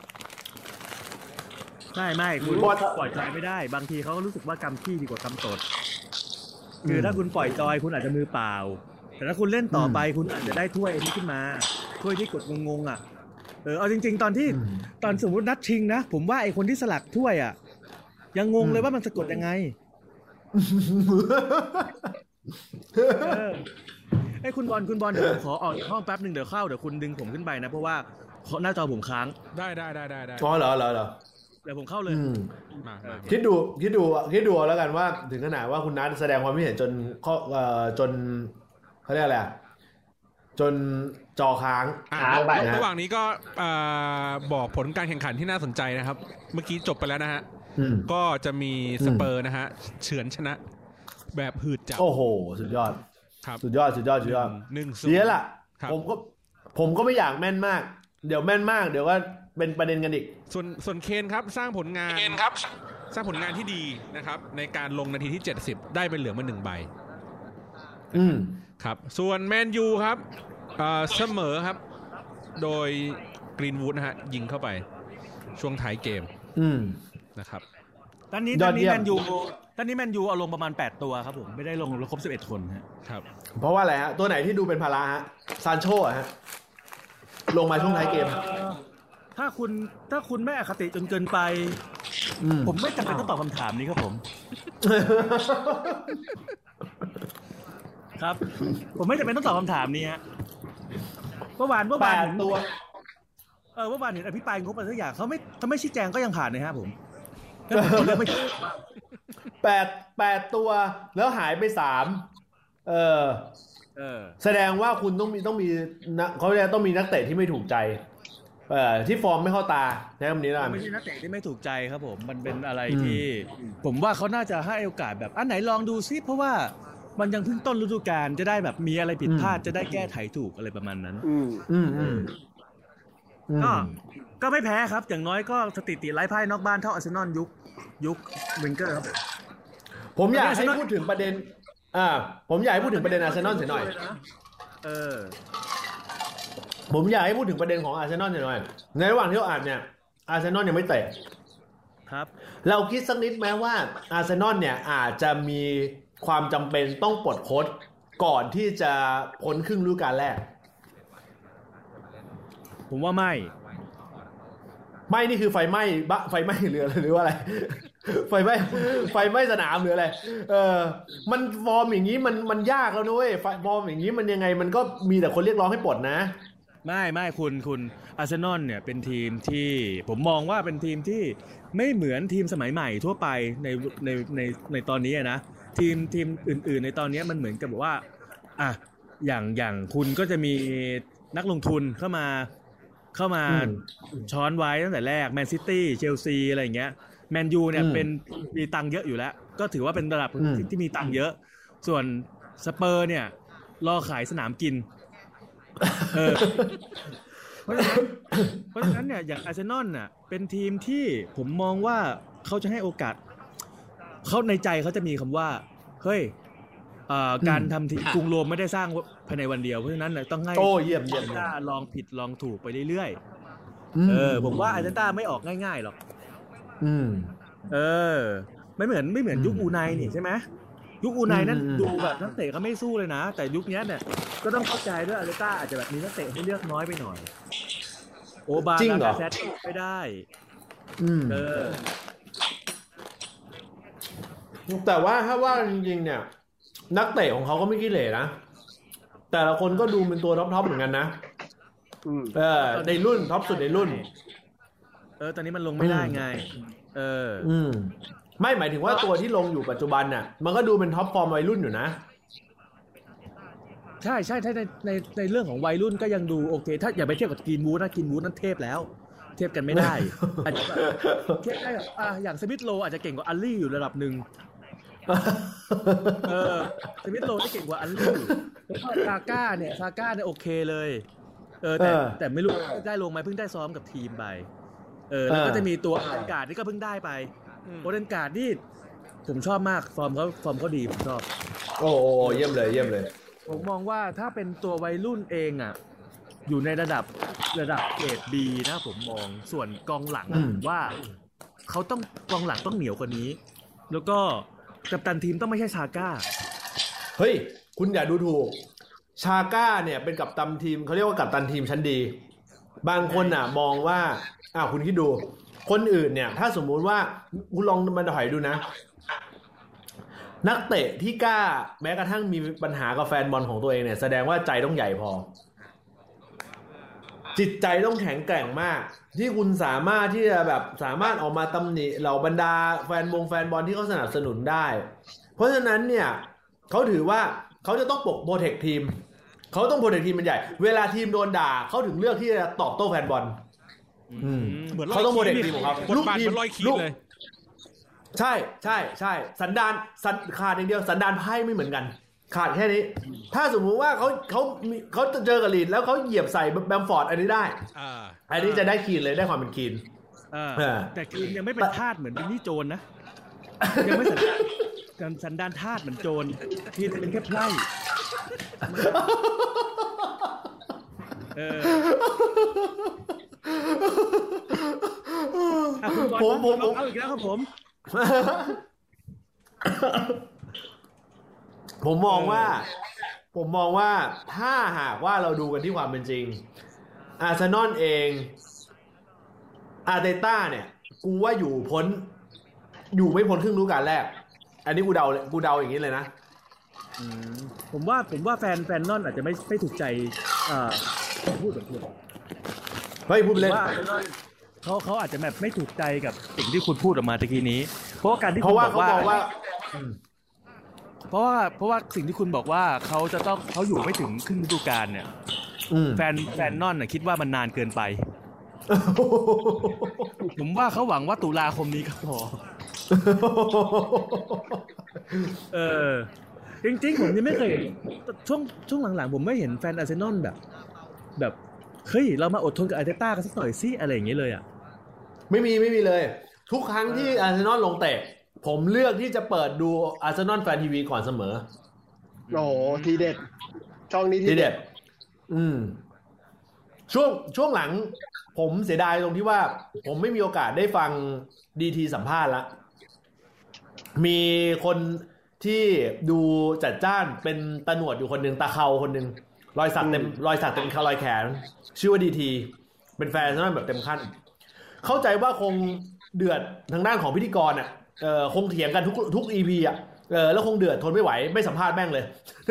ไม่ไม่คุณปล่อยจอยไม่ได้บางทีเขาก็รู้สึกว่ากำขี้ดีกว่ากำตดคือถ้าคุณปล่อยจอยคุณอาจจะมือเปล่าแต่ถ้าคุณเล่นต่อไปคุณอาจจะได้ถ้วยนี้ขึ้นมาถ้วยที่กดงงๆอ่ะเออเอาจริงๆตอนที่ตอนสมมตินัดชิงนะผมว่าไอ้คนที่สลักถ้วยอ่ะยังงงเลยว่ามันสะกดยังไงไอ้คุณบอลคุณบอลเดี๋ยวผมขอออกห้องแป๊บนึงเดี๋ยวเข้าเดี๋ยวคุณดึงผมขึ้นไปนะเพราะว่าหน้าจอผมค้างได้ได้ได้ได้ได้อ๋อเหรอเหรอเหรอเดี๋ยวผมเข้าเลยคิดดูคิดดูคิดดูแล้วกันว่าถึงขนาดว่าคุณนัทแสดงความคิดเห็นจนข้อเอ่อจนเขาเรียกอะไรจนจอค้างค้างไประหว่างนี้ก็บอกผลการแข่งขันที่น่าสนใจนะครับเมื่อกี้จบไปแล้วนะฮะก็จะมีสเปอร์นะฮะเฉือนชนะแบบหืดจับโอ้โหสุดยอดสุดยอดสุดยอดสุดยอดหนึ่งเสียละผมก็ผมก็ไม่อยากแม่นมากเดี๋ยวแม่นมากเดี๋ยวก็เป็นประเด็นกันอีกส่วนส่วนเคนครับสร้างผลงานเคนครับสร้างผลงานที่ดีนะครับในการลงนาทีที่เจ็ดสิบได้เป็นเหลืองมาหนึ่งใบอืมครับส่วนแมนยูครับเอ่อเสมอครับโดยกรีนวูดนะฮะยิงเข้าไปช่วงท้ายเกมอืมนะครับตอนนี้ตอนนี้แมนยูตอนนี้แมนยูเอาลงประมาณแปดตัวครับผมไม่ได้ลงครบสิบเอ็ดคนฮะครับเพราะว่าอะไรฮะตัวไหนที่ดูเป็นภาระฮะซานโชอ่ะฮะลงมาช่วงท้ายเกมถ้าคุณถ้าคุณไม่อคติจนเกินไปผมไม่จำเป็นต้องตอบคำถามนี้ครับผมครับผมไม่จำเป็นต้องตอบคำถามนี้ฮะเมื่อวานเมื่อวานเห็นตัวเออเมื่อวานเห็นอภิปรายงบอะไรสักอย่างเขาไม่เขาไม่ชี้แจงก็ยังผ่านเลยครับผมแปดแปดตัวแล้วหายไปสามเออเออแสดงว่าคุณต้องมีต้องมีนะเขาเรียกต้องมีนักเตะที่ไม่ถูกใจเอ่อที่ฟอร์มไม่เข้าตาในคำนี้นะไม่ใช่นักเตะที่ไม่ถูกใจครับผมมันเป็นอะไรที่ผมว่าเขาน่าจะให้โอกาสแบบอันไหนลองดูซิเพราะว่ามันยังเพิ่งต้นฤดูกาลจะได้แบบมีอะไรผิดพลาดจะได้แก้ไขถูกอะไรประมาณนั้นอืมอืมอืมก็ก็ไม่แพ้ครับอย่างน้อยก็สถิติไร้พ่ายนอกบ้านเท่าอาร์เซนอลยุคยุคเวนเกอร์ครับผมอยากให้พูดถึงประเด็นอ่าผมอยากให้พูดถึงประเด็นอาร์เซนอลหน่อยเออผมอยากให้พูดถึงประเด็นของอาร์เซนอลหน่อยในระหว่างที่เราอ่านเนี่ยอาร์เซนอลยังไม่เตะครับเราคิดสักนิดไหมว่าอาร์เซนอลเนี่ยอาจจะมีความจำเป็นต้องปลดโค้ชก่อนที่จะพ้นครึ่งฤดูกาลแรกผมว่าไม่ไม่นี่คือไฟไหม้บะไฟไหม้เรือหรือว่าอะไรไฟไหม้ไฟไหม้สนามหรืออะไรเออมันฟอร์มอย่างนี้มันมันยากแล้วนุ้ยฟอร์มอย่างนี้มันยังไงมันก็มีแต่คนเรียกร้องให้ปลดนะไม่ไม่คุณคุณอาร์เซนอลเนี่ยเป็นทีมที่ผมมองว่าเป็นทีมที่ไม่เหมือนทีมสมัยใหม่ทั่วไปในในในในตอนนี้นะทีมทีมอื่นๆในตอนนี้มันเหมือนกับว่าอ่ะอย่างอย่างคุณก็จะมีนักลงทุนเข้ามาเข้ามาช้อนไว้ตั้งแต่แรกแมนซิตี้เชลซีอะไรอย่างเงี้ยแมนยูเนี่ยเป็นมีตังค์เยอะอยู่แล้วก็ถือว่าเป็นระดับที่มีตังค์เยอะส่วนสเปอร์เนี่ยรอขายสนามกินเออเพราะฉะนั้นเพราะฉะนั้นเนี่ยอย่างอาร์เซนอลน่ะเป็นทีมที่ผมมองว่าเขาจะให้โอกาสเขาในใจเขาจะมีคำว่าเฮ้ยการทำทีมกรุงโรมไม่ได้สร้างภายในวันเดียวเพราะฉะนั้นต้องให้โอ้เยี่ยมเยี่ยมลองผิดลองถูกไปเรื่อยๆเออผมว่าอาร์เตต้าไม่ออกง่ายๆหรอกอืมเออไม่เหมือนไม่เหมือนยุคอูไนนี่ใช่ไหมยุคอูไนนั่นดูแบบนักเตะเขาไม่สู้เลยนะแต่ยุคนี้เนี่ยก็ต้องเข้าใจด้วยอาร์เตต้าอาจจะแบบมีนักเตะให้เลือกน้อยไปหน่อยโอบาลาแซตไม่ได้อืมเออแต่ว่าถ้าว่าจริงๆเนี่ยนักเตะของเขาก็ไม่ขี้เหร่นะแต่ละคนก็ดูเป็นตัวท็อปๆเหมือนกันนะเออในรุ่นท็อปสุดในรุ่นเออตอนนี้มันลงไม่ได้ไงเอออืมไม่หมายถึงว่าตัวที่ลงอยู่ปัจจุบันน่ะมันก็ดูเป็นท็อปฟอร์มวัยรุ่นอยู่นะใช่ใช่ถ้าในในในเรื่องของวัยรุ่นก็ยังดูโอเคถ้าอย่าไปเทียบกับกินวูดนะกินวูดนั้นเทพแล้วเทียบกันไม่ได้อาจจะเทียบได้แบบอ่ะอย่างสมิธโลอาจจะเก่งกว่าอัลลี่อยู่ระดับหนึ่งเออสมิธโลได้เก่งกว่าอัลลี่แล้วก็ซาก้าเนี่ยซาก้าเนี่ยโอเคเลยเออแต่แต่ไม่รู้ได้ลงไหมเพิ่งได้ซ้อมกับทีมไปเออแล้วก็จะมีตัวโอเดนการ์ดที่ก็เพิ่งได้ไปโอเดนการ์ดนี่ผมชอบมากฟอร์มเขาฟอร์มเขาดีผมชอบโอ้เยี่ยมเลยเยี่ยมเลยผมมองว่าถ้าเป็นตัววัยรุ่นเองอ่ะอยู่ในระดับระดับเกรด B นะผมมองส่วนกองหลังว่าเขาต้องกองหลังต้องเหนียวกว่านี้แล้วก็กัปตันทีมต้องไม่ใช่ชาก้าเฮ้ยคุณอย่าดูถูกชาก้าเนี่ยเป็นกัปตันทีมเขาเรียกว่ากัปตันทีมชั้นดีบางคนอ่ะมองว่าอ้าวคุณคิดดูคนอื่นเนี่ยถ้าสมมุติว่าคุณลองมาถอยดูนะนักเตะที่กล้าแม้กระทั่งมีปัญหากับแฟนบอลของตัวเองเนี่ยแสดงว่าใจต้องใหญ่พอจิตใจต้องแข็งแกร่งมากที่คุณสามารถที่จะแบบสามารถออกมาตำหนิเหล่าบรรดาแฟนบงแฟนบอลที่เขาสนับสนุนได้เพราะฉะนั้นเนี่ยเขาถือว่าเขาจะต้องปกโปรเทคทีมเขาต้องโปรเทคทีมมันใหญ่เวลาทีมโดนด่าเขาถึงเลือกที่จะตอบโต้แฟนบอลเขาต้องโปรเทคทีมของเขาลูกทีมลูกใช่ใช่ใช่สันดานสันขาดอย่างเดียวสันดานไพ่ไม่เหมือนกันขาดแค่นี้ถ้าสมมุติว่าเขาเขาเขาจะเจอกับลีดแล้วเขาเหยียบใส่แบมฟอร์ดอันนี้ได้อันนี้จะได้คีนเลยได้ความเป็นคีนแต่คีนยังไม่เป็นทาสเหมือนบิลลี่โจนนะยังไม่สันดานสันดานทาสเหมือนโจนคีนเป็นแค่ไพร่เออผมผมผมเอาอีกแล้วครับผมผมมองว่าผมมองว่าถ้าหากว่าเราดูกันที่ความเป็นจริงอาร์เซนอลเองอาร์เตต้าเนี่ยกูว่าอยู่พ้นอยู่ไม่พ้นครึ่งฤดูกาลแรกอันนี้กูเดากูเดาอย่างนี้เลยนะผมว่าผมว่าแฟนแฟนนอนอาจจะไม่ไม่ถูกใจอ่าพูดแบบพูดเฮ้ยพูดเล่นเขาเขาอาจจะแบบไม่ถูกใจกับสิ่งที่คุณพูดออกมาตะกี้นี้เพราะว่าการที่คุณบอกว่าเพราะว่าเพราะว่าสิ่งที่คุณบอกว่าเขาจะต้องเขาอยู่ไม่ถึงครึ่งฤดูกาลเนี่ยแฟนแฟนนอนน่ะคิดว่ามันนานเกินไปผมว่าเขาหวังว่าตุลาคมนี้ก็พอเออจริงๆผมยังไม่เคยช่วงช่วงหลังๆผมไม่เห็นแฟนอาร์เซนอลแบบแบบเฮ้ยเรามาอดทนกับอาร์เตต้ากันสักหน่อยสิอะไรอย่างเงี้ยเลยอ่ะไม่มีไม่มีเลยทุกครั้งที่อาร์เซนอลลงเตะผมเลือกที่จะเปิดดูอาร์เซนอลแฟนทีวีก่อนเสมอโอ้ทีเด็ดช่องนี้ทีเด็ดอืมช่วงช่วงหลังผมเสียดายตรงที่ว่าผมไม่มีโอกาสได้ฟังดีทีสัมภาษณ์ละมีคนที่ดูจัดจ้านเป็นตาหนวดอยู่คนหนึ่งตาเขาคนหนึ่งรอยสักเต็มรอยสักเต็มรอยแขนชื่อว่าดีทีเป็นแฟนอาร์เซนอลแบบเต็มขั้นเข้าใจว่าคงเดือดทางด้านของพิธีกรอ่ะเอ่อคงเถียงกันทุกทุก อี พี อ่ะเออแล้วคงเดือดทนไม่ไหวไม่สัมภาษณ์แม่งเลย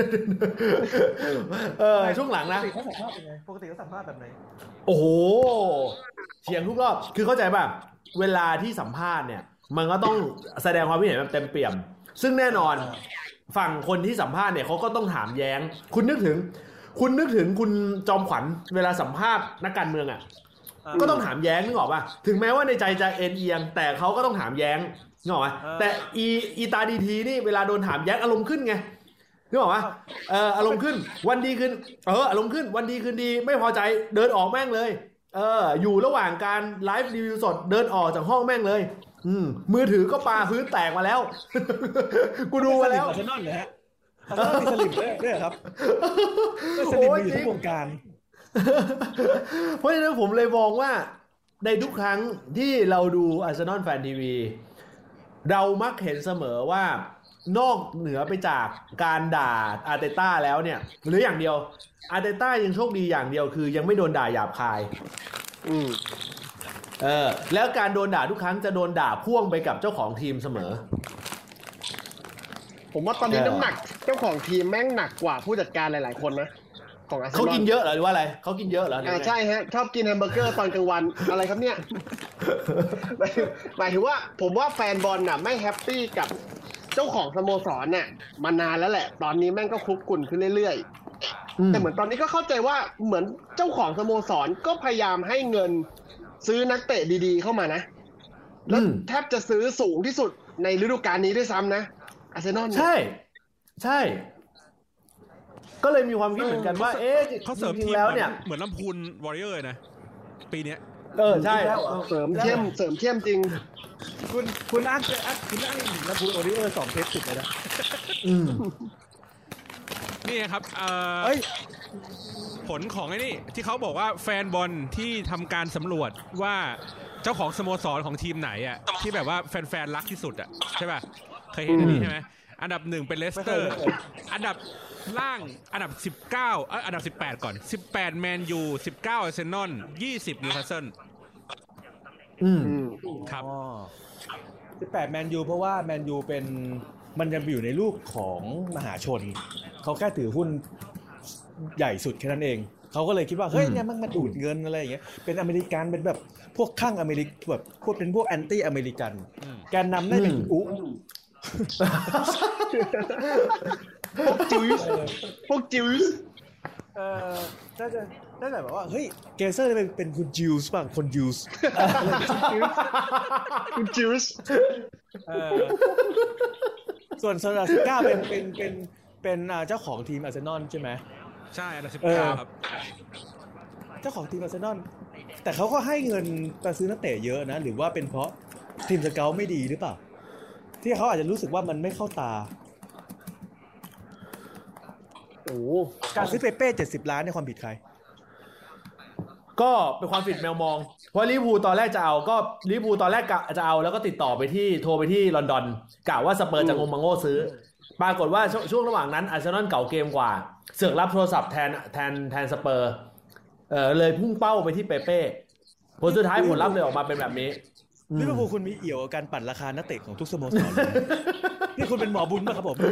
เออช่วงหลังนะปกติเขาสัมภาษณ์ยังไงปกติเขาสัมภาษณ์แบบไหนโอ้โหเถียงทุกรอบคือเข้าใจป่ะเวลาที่สัมภาษณ์เนี่ยมันก็ต้องแสดงความคิดเห็นแบบเต็มเปี่ยมซึ่งแน่นอนฝั่งคนที่สัมภาษณ์เนี่ยเขาก็ต้องถามแย้งคุณนึกถึงคุณนึกถึงคุณจอมขวัญเวลาสัมภาษณ์นักการเมืองอ่ะก็ต้องถามแย้งนึกออกป่ะถึงแม้ว่าในใจจะเอ็นเอียงแต่เขาก็ต้องถามแย้งนึกออกป่ะแต่อีอีตาดีทีนี่เวลาโดนถามแย้งอารมณ์ขึ้นไงนึกออกปะเอออารมณ์ขึ้นวันดีขึ้นเอออารมณ์ขึ้นวันดีคืนดีไม่พอใจเดินออกแม่งเลยเอออยู่ระหว่างการไลฟ์รีวิวสดเดินออกจากห้องแม่งเลยอืมมือถือก็ปาพื้นแตกมาแล้วกูดูมาแล้วอาร์เซนอลเลยฮะอาร์เซนอลมีสลิปด้วยด้วยครับสลิปมีอยู่ทุกวงการเพราะฉะนั้นผมเลยมองว่าในทุกครั้งที่เราดูอาร์เซนอลแฟนทีวีเรามักเห็นเสมอว่านอกเหนือไปจากการด่าอาร์เตต้าแล้วเนี่ยหรืออย่างเดียวอาร์เตต้ายังโชคดีอย่างเดียวคือยังไม่โดนด่าหยาบคายอืมเออแล้วการโดนด่าทุกครั้งจะโดนด่าพ่วงไปกับเจ้าของทีมเสมอผมว่าตอนนี้น้ำหนักเจ้าของทีมแม่งหนักกว่าผู้จัดการหลายๆคนนะของอาร์เซนอลเขากินเยอะเหรอหรือว่าอะไรเขากินเยอะเหรออ่าใช่ฮะชอบกินแฮมเบอร์เกอร์ตอนกลางวันอะไรครับเนี่ยหมายถึงว่าผมว่าแฟนบอลน่ะไม่แฮปปี้กับเจ้าของสโมสรเนี่ยมานานแล้วแหละตอนนี้แม่งก็คลุกกลุ่นขึ้นเรื่อยๆแต่เหมือนตอนนี้ก็เข้าใจว่าเหมือนเจ้าของสโมสรก็พยายามให้เงินซื้อนักเตะดีๆเข้ามานะแล้วแทบจะซื้อสูงที่สุดในฤดูกาลนี้ด้วยซ้ำนะอาร์เซนอลใช่ใช่ก็เลยมีความคิดเหมือนกันว่าเอ๊ะเขาเสริมทีมแล้วเนี่ยเหมือนลำพูนวอริเออร์นะปีนี้เออใช่เสริมเข้มเสริมเข้มจริงคุณคุณอ้างคุณอ้างลำพูนวอริเออร์สองเทปติดเลยนะนี่ครับผลของไอ้นี่ที่เขาบอกว่าแฟนบอลที่ทำการสำรวจว่าเจ้าของสโมสรของทีมไหนอ่ะที่แบบว่าแฟนๆรักที่สุดอ่ะใช่ป่ะเคยเห็นอันนี้ใช่ไหมอันดับหนึ่งเป็นเลสเตอร์อันดับล่างอันดับสิบเก้าเอออันดับสิบแปดก่อนสิบแปดแมนยูสิบเก้าอาร์เซนอลยี่สิบนิวคาสเซิลอืมครับสิบแปดแมนยูเพราะว่าแมนยูเป็นมันยังอยู่ในลูกของมหาชนเขาแค่ถือหุ้นใหญ่สุดแค่นั้นเองเขาก็เลยคิดว่าเฮ้ยเนี่ยมันมาดูดเงินอะไรอย่างเงี้ยเป็นอเมริกันเป็นแบบพวกข้างอเมริกแบบพวกเป็นพวกแอนตี้อเมริกันแกนนำได้เป็นอุ๊พวกจิวส์พวกจิวส์เออน่าจะน่าจะแบบว่าเฮ้ยเกเซอร์เป็นเป็นคุณจิวส์ป่ะคนจิวส์คุณจิวส์ส่วนโซดาสิบเก้าเป็นเป็นเป็นเป็นเจ้าของทีมอาร์เซนอลใช่ไหมใช่อันดับสิบเก้าครับเจ้าของทีมอาร์เซนอลแต่เขาก็ให้เงินไปซื้อนักเตะเยอะนะหรือว่าเป็นเพราะทีมสเกาต์ไม่ดีหรือเปล่าที่เขาอาจจะรู้สึกว่ามันไม่เข้าตาโอ้การซื้อเปเป้เจ็ดสิบล้านในความผิดใครก็เป็นความผิดแมวมองเพราะลิเวอร์พูลตอนแรกจะเอาก็ลิเวอร์พูลตอนแรกจะเอาแล้วก็ติดต่อไปที่โทรไปที่ลอนดอนกะว่าสเปอร์จะงงมังโง่ซื้อปรากฏว่าช่วงระหว่างนั้นอาร์เซนอลเก่าเกมกว่าเสือกรับโทรศัพท์แทนแทนแทนสเปอร์เออเลยพุ่งเป้าไปที่เปเป้ผลสุดท้ายผลลัพธ์เลยออกมาเป็นแบบนี้ลิเวอร์พูลคุณมีเอี่ยวกับการปั่นราคานักเตะของทุกสโมสรนี่คุณเป็นหมอบุญป่ะครับผม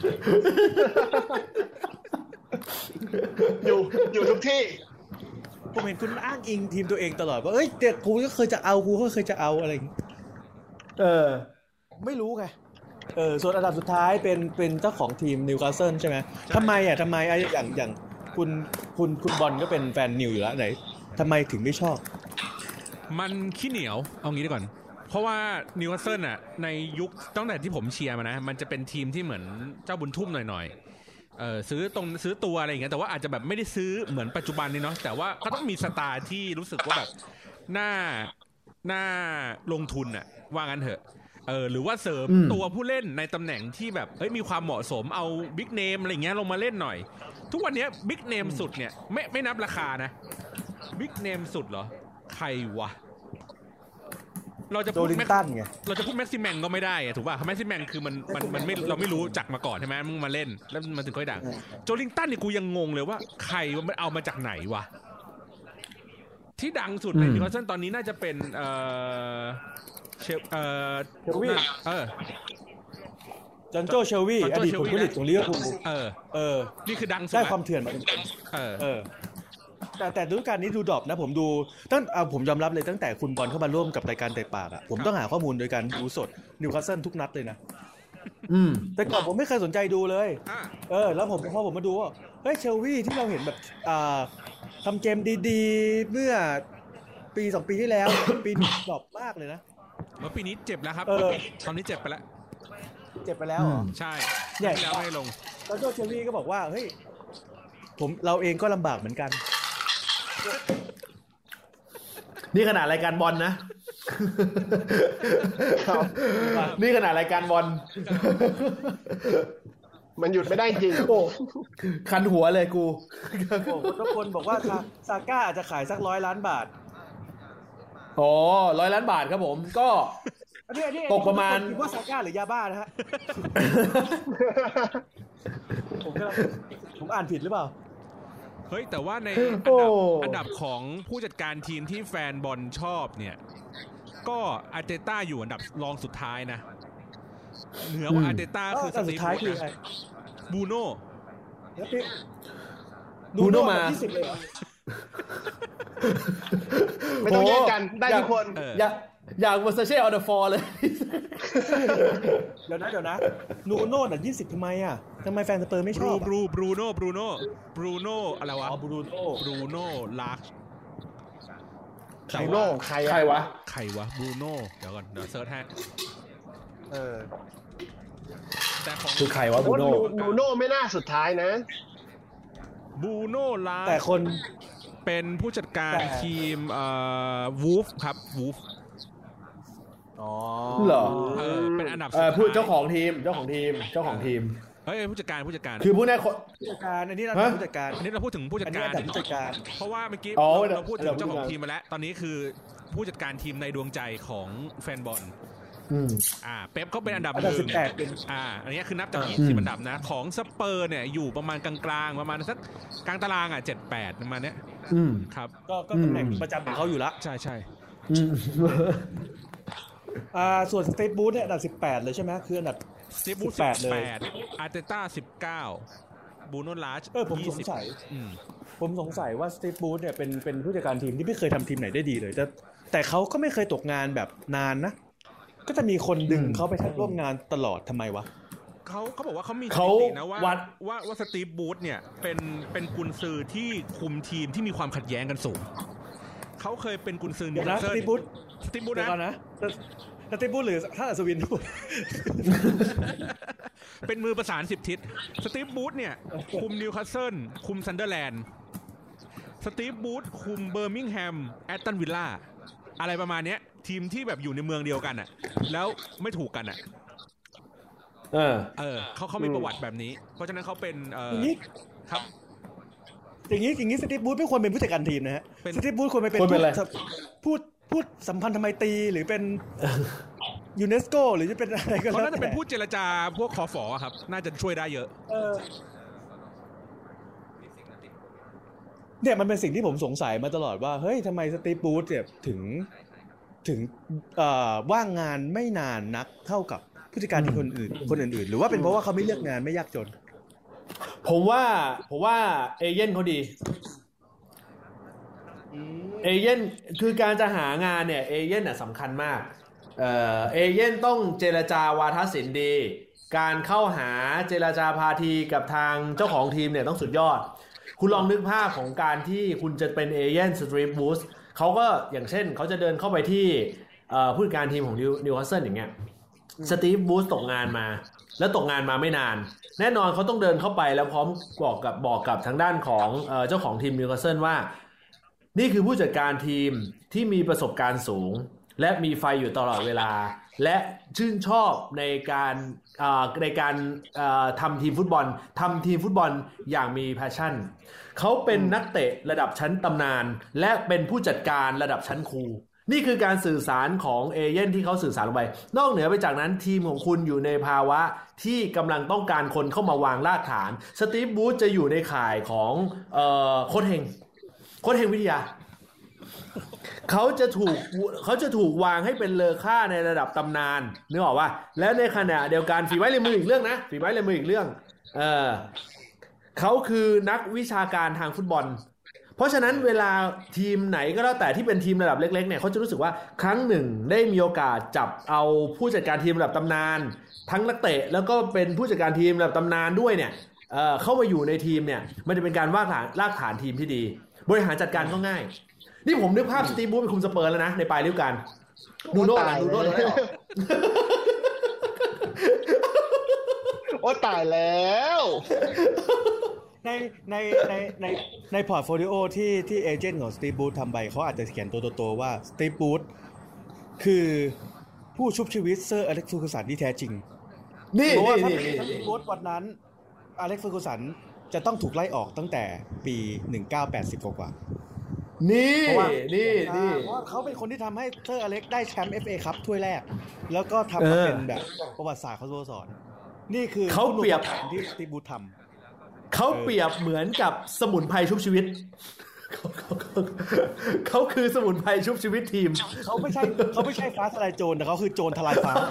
อยู่อยู่ทุกที่ผมเห็นคุณอ้างอิงทีมตัวเองตลอดว่าเอ้ยเด็กกูก็เคยจะเอากูก็เคยจะเอาอะไรเออไม่รู้ไงเออส่วนอันดับสุดท้ายเป็นเป็นเจ้าของทีมนิวคาสเซิลใช่ไหมทำไมอ่ะทำไมไอ้อย่างอย่างคุณคุณคุณบอลก็เป็นแฟนนิวอยู่แล้วไหนทำไมถึงไม่ชอบมันขี้เหนียวเอางี้ดีก่อนเพราะว่านิวคาสเซิลอ่ะในยุคตั้งแต่ที่ผมเชียร์มานะมันจะเป็นทีมที่เหมือนเจ้าบุญทุ่มหน่อยๆเออซื้อตรงซื้อตัวอะไรอย่างเงี้ยแต่ว่าอาจจะแบบไม่ได้ซื้อเหมือนปัจจุบันนี้เนาะแต่ว่าก็ต้องมีสตาร์ที่รู้สึกว่าแบบน่าน่าลงทุนอ่ะว่างั้นเถอะเออหรือว่าเสริมตัวผู้เล่นในตำแหน่งที่แบบเฮ้ยมีความเหมาะสมเอาบิ๊กเนมอะไรเงี้ยลงมาเล่นหน่อยทุกวันนี้บิ๊กเนมสุดเนี่ยไม่ไม่นับราคานะบิ๊กเนมสุดเหรอใครวะเราจะพูดแม็กตันไงเราจะพูดแม็กซิแมงก็ไม่ได้ไงถูกป่ะแม็กซิแมงคือมันมันมันไม่เราไม่รู้จักมาก่อนใช่ไหมมึงมาเล่นแล้วมันถึงค่อยดังโจลิงตันนี่กูยังงงเลยว่าใครมันเอามาจากไหนวะที่ดังสุดในนิวคาสเซิลตอนนี้น่าจะเป็นเอ่อเชลเอ่อเชลวี่เออจอนโจเชลวี่อดีตผลผลิตของลิเวอร์พูลเออเออนี่คือดังสุดได้ความเถื่อนมาเออเออแต่แต่ฤดูกาลนี้ดูดรอปนะผมดูตั้งเอาผมยอมรับเลยตั้งแต่คุณบอลเข้ามาร่วมกับรายการเตะปากอ่ะผมต้องหาข้อมูลโดยการดูสดนิวคาสเซิลทุกนัดเลยนะอืมแต่ก่อนผมไม่เคยสนใจดูเลยเออแล้วผมพอผมมาดูว่าเฮ้ยเชลวี่ที่เราเห็นแบบอ่าทำเกมดีๆเมื่อปีสองปีที่แล้วปีนี้ดรอปมากเลยนะเมื่อปีนี้เจ็บแล้วครับตอนนี้เจ็บไปแล้วเจ็บไปแล้วเหรอใช่เนี่ยแล้วไม่ลงแล้วโจเชอรี่ก็บอกว่าเฮ้ยผมเราเองก็ลำบากเหมือนกันนี่ขนาดรายการบอลนะนี่ขนาดรายการบอลมันหยุดไม่ได้จริงโอ้คันหัวเลยกูโอ้ทุกคนบอกว่าซาก้าอาจจะขายสักร้อยล้านบาทอ๋อร้อยล้านบาทครับผมก็ตกประมาณว่าซาก้าหรือยาบ้านะฮะผมก็ผมอ่านผิดหรือเปล่าเฮ้ยแต่ว่าในอันดับอันดับของผู้จัดการทีมที่แฟนบอลชอบเนี่ยก็อาร์เตต้าอยู่อันดับรองสุดท้ายนะเหนือกว่าอาร์เตต้าคือสุดท้ายคือใครบูโน่บูโน่มาไม่ต้องแย่งกันได้ทุกคนอยากอยากมาเซเช่ออเดอร์ฟอร์เลยเดี๋ยวนะเดี๋ยวนะนูโน่น่ะยี่สิบทำไมอ่ะทำไมแฟนสเปอร์ไม่ชอบบรูบรูโน่บรูโน่บรูโน่อะไรวะอ๋อบรูโน่บรูโน่ลาร์ชใครโน่ใครใครวะใครวะบรูโน่เดี๋ยวก่อนเดี๋ยวเซิร์ชให้เออแต่ของคือใครวะบรูโน่บรูโน่ไม่น่าสุดท้ายนะบรูโน่ลาร์ชแต่คนเป็นผู้จัดการทีมเอ่อวูฟครับวูฟอ๋อเหรอเออเป็นอันดับเออผู้เจ้าของทีมเจ้าของทีมเจ้าของทีมเฮ้ยผู้จัดการผู้จัดการคือผู้แน่ผู้จัดการอันนี้เราผู้จัดการอันนี้เราพูดถึงผู้จัดการผู้จัดการเพราะว่าเมื่อกี้เราพูดถึงเจ้าของทีมมาแล้วตอนนี้คือผู้จัดการทีมในดวงใจของแฟนบอลอ่าเป๊ปเขาเป็นอันดับหนึ่งอ่าอันนี้คือนับจากยี่สิบอันดับนะของสเปอร์เนี่ยอยู่ประมาณกลางๆประมาณสักกลางตารางอ่ะเจ็ดแปดประมาณเนี้ยครับก็ก็ตำแหน่งประจำของเขาอยู่ละใช่ใช่อ่าส่วนสเตปบูธเนี่ยอันดับสิบแปดเลยใช่ไหมคืออันดับสเตปบูธสิบแปดอาร์เตต้าสิบเก้าบูโน่ลาร์ชเออผมสงสัยผมสงสัยว่าสเตปบูธเนี่ยเป็นเป็นผู้จัดการทีมที่ไม่เคยทำทีมไหนได้ดีเลยแต่แต่เขาก็ไม่เคยตกงานแบบนานนะก็จะมีคนดึงเขาไปทำร่วมงานตลอดทำไมวะเขาเขาบอกว่าเขามีสถิตินะว่าว่าว่าสตีฟบูธเนี่ยเป็นเป็นกุนซือที่คุมทีมที่มีความขัดแย้งกันสูงเขาเคยเป็นกุนซือนิวคาสเซิลสตีฟบูธสตีฟบูธนะสตีฟบูธหรือท่านอัศวินพูดเป็นมือประสานสิบทิศสตีฟบูธเนี่ยคุมนิวคาสเซิลคุมซันเดอร์แลนด์สตีฟบูธคุมเบอร์มิงแฮมแอตตันวิลล่าอะไรประมาณเนี้ยทีมที่แบบอยู่ในเมืองเดียวกันอ่ะแล้วไม่ถูกกันอ่ะเออเออเขาเขามีประวัติแบบนี้เพราะฉะนั้นเขาเป็นเอ่อครับอย่างนี้อย่างนี้สตีฟบูธไม่ควรเป็นผู้จัดการทีมนะฮะสตีฟบูธควรไปเป็นพูดพูดสัมพันธไมตรีหรือเป็นยูเนสโกหรือจะเป็นอะไรก็แล้วเขาน่าจะเป็นผู้เจรจาพวกคอฝอครับน่าจะช่วยได้เยอะเออเนี่ยมันเป็นสิ่งที่ผมสงสัยมาตลอดว่าเฮ้ยทำไมสตีฟบูธเนี่ยถึงถึงว่างงานไม่นานนักเท่ากับผู้จัดการทีมคนอื่นคนอื่นๆหรือว่าเป็นเพราะว่าเขาไม่เลือกงานไม่ยากจนผมว่าผมว่าเอเย่นเขาดีเอเย่นคือการจะหางานเนี่ยเอเย่นน่ะสำคัญมากเอ่อเอเย่นต้องเจรจาวาทศิลป์ดีการเข้าหาเจรจาพาทีกับทางเจ้าของทีมเนี่ยต้องสุดยอดคุณลองนึกภาพของการที่คุณจะเป็นเอเย่นสตรีฟบูธเขาก็อย่างเช่นเขาจะเดินเข้าไปที่ผู้จัดการทีมของนิวคาสเซิลอย่างเงี้ยสตีฟบูธตกงานมาแล้วตกงานมาไม่นานแน่นอนเขาต้องเดินเข้าไปแล้วพร้อมบอกกับบอกกับทางด้านของเจ้าของทีมนิวคาสเซิลว่านี่คือผู้จัดการทีมที่มีประสบการณ์สูงและมีไฟอยู่ตลอดเวลาและชื่นชอบในการในการทำทีมฟุตบอลทำทีมฟุตบอลอย่างมีแพชชั่นเขาเป็นนักเตะระดับชั้นตำนานและเป็นผู้จัดการระดับชั้นครูนี่คือการสื่อสารของเอเย่นที่เขาสื่อสารลงไปนอกเหนือไปจากนั้นทีมของคุณอยู่ในภาวะที่กำลังต้องการคนเข้ามาวางรากฐานสตีฟบูธจะอยู่ในข่ายของเอ่อโค้ชเฮงโค้ชเฮงวิทยาเขาจะถูกเขาจะถูกวางให้เป็นเลอค่าในระดับตำนานนึกออกป่ะแล้วในขณะเดียวกันฝีไม้ลายมืออีกเรื่องนะฝีไม้ลายมืออีกเรื่องเออเขาคือนักวิชาการทางฟุตบอลเพราะฉะนั้นเวลาทีมไหนก็แล้วแต่ที่เป็นทีมระดับเล็กๆเนี่ยเขาจะรู้สึกว่าครั้งหนึ่งได้มีโอกาสจับเอาผู้จัดการทีมระดับตำนานทั้งนักเตะแล้วก็เป็นผู้จัดการทีมระดับตำนานด้วยเนี่ยเอ่อเข้ามาอยู่ในทีมเนี่ยมันจะเป็นการวางฐานรากฐานทีมที่ดีบริหารจัดการก็ง่ายนี่ผมนึกภาพสตีฟบูธเป็นคุมสเปอร์แล้วนะในปลายฤดูกาลนูโน่นูโน่ได้ออกโอ้ตายแล้วในในในในในพอร์ตโฟลิโอที่ที่เอเจนต์ของสตีฟบูธทำไปเขาอาจจะเขียนตัวโตๆว่าสตีฟบูธคือผู้ชุบชีวิตเซอร์อเล็กซ์เฟอร์กูสันที่แท้จริงนี่เพราะว่าถ้าเป็นสตีฟบูธวันนั้นอเล็กซ์เฟอร์กูสันจะต้องถูกไล่ออกตั้งแต่ปีหนึ่งพันเก้าร้อยแปดสิบกว่านี่นี่นี่เพราะว่าเขาเป็นคนที่ทำให้เซอร์อเล็กซ์ได้แชมป์ เอฟ เอ คัพถ้วยแรกแล้วก็ทำมาเป็นแบบประวัติศาสตร์เขาสโมสรนี่คือเขาเปรียบที่สตีฟบูธทำเขาเปรียบเหมือนกับสมุนไพรชุบชีวิตเขาคือสมุนไพรชุบชีวิตทีมเขาไม่ใช่เขาไม่ใช่ฟ้าทลายโจรแต่เขาคือโจรทลายฟ้า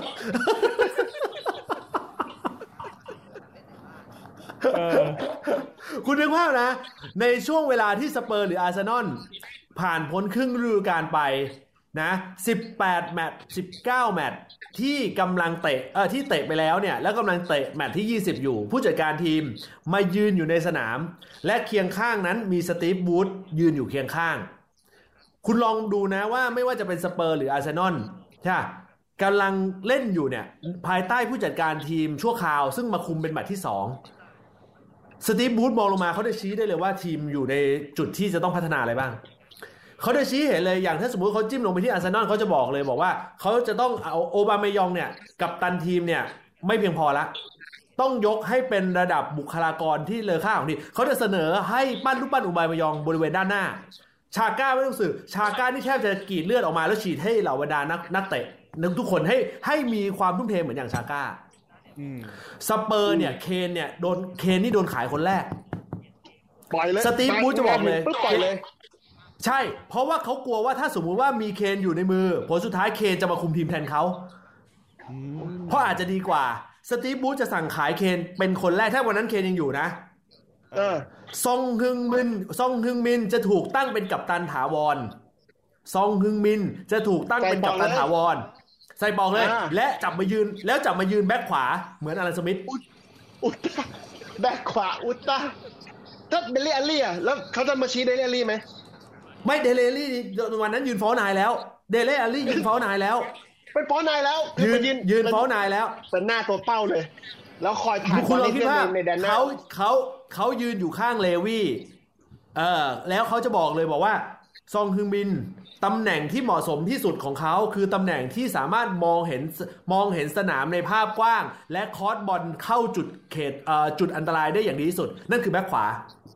คุณนึกภาพนะในช่วงเวลาที่สเปอร์หรืออาร์เซนอลผ่านพ้นครึ่งฤดูกาลไปนะสิบแปดแมตช์สิบเก้าแมตช์ที่กำลังเตะเออที่เตะไปแล้วเนี่ยแล้วกำลังเตะแมตช์ที่ยี่สิบอยู่ผู้จัดการทีมมายืนอยู่ในสนามและเคียงข้างนั้นมีสตีฟบูธยืนอยู่เคียงข้างคุณลองดูนะว่าไม่ว่าจะเป็นสเปอร์หรืออาร์เซนอลใช่กำลังเล่นอยู่เนี่ยภายใต้ผู้จัดการทีมชั่วคราวซึ่งมาคุมเป็นแมตช์ที่สองสตีฟบูธมองลงมาเขาจะชี้ได้เลยว่าทีมอยู่ในจุดที่จะต้องพัฒนาอะไรบ้างเขาจะชี้เห็นเลยอย่างถ้าสมมุติเขาจิ้มลงไปที่อาร์เซนอลเขาจะบอกเลยบอกว่าเขาจะต้องเอาโอบามายองเนี่ยกับตันทีมเนี่ยไม่เพียงพอละต้องยกให้เป็นระดับบุคลากรที่เลอค่าของทีมเขาจะเสนอให้ปั้นรูปปั้นโอบามายองบริเวณด้านหน้าชาก้าไม่ต้องสื่อชาก้านี่แทบจะกรีดเลือดออกมาแล้วฉีดให้เหล่าบรรดานักนักเตะทุกคนให้ให้มีความทุ่มเทเหมือนอย่างชาก้าสเปอร์เนี่ยเคนเนี่ยโดนเคนนี่โดนขายคนแรกปล่อยเลยสตีฟบูธจะบอกเลยปล่อยเลยใช่เพราะว่าเขากลัวว่าถ้าสมมุติว่ามีเคนอยู่ในมือผลสุดท้ายเคนจะมาคุมทีมแทนเขาเพราะอาจจะดีกว่าสตีฟบูธจะสั่งขายเคนเป็นคนแรกถ้าวันนั้นเคนยังอยู่นะเออซองฮึงมินซองฮึงมินจะถูกตั้งเป็นกัปตันถาวรซองฮึงมินจะถูกตั้งเป็นกัปตันถาวรใส่ปองเลยและจับมายืนแล้วจับมายืนแบ็คขวาเหมือนอลันสมิธอุตตาแบ็คขวาอุตตาถ้าเดลี่อาลี่อ่ะแล้วเขาจะมาชี้เดลี่อาลี่ไหมไม่เดลี่อาลี่วันนั้นยืนฟ้อนายแล้วเดลี่อาลี่ยืนฟ้อนายแล้วเป็นฟ้อนายแล้วยืนยืนฟ้อนายแล้วเป็นหน้าตัวเป้าเลยแล้วคอยผ่านบอลในแดนหน้าเขาเขาเขายืนอยู่ข้างเลวี่เออแล้วเขาจะบอกเลยบอกว่าซองฮึงมินตำแหน่งที่เหมาะสมที่สุดของเขาคือตำแหน่งที่สามารถมองเห็นมองเห็นสนามในภาพกว้างและคอร์สบอลเข้าจุดเขตเอ่อจุดอันตรายได้อย่างดีที่สุดนั่นคือแบ็คขวา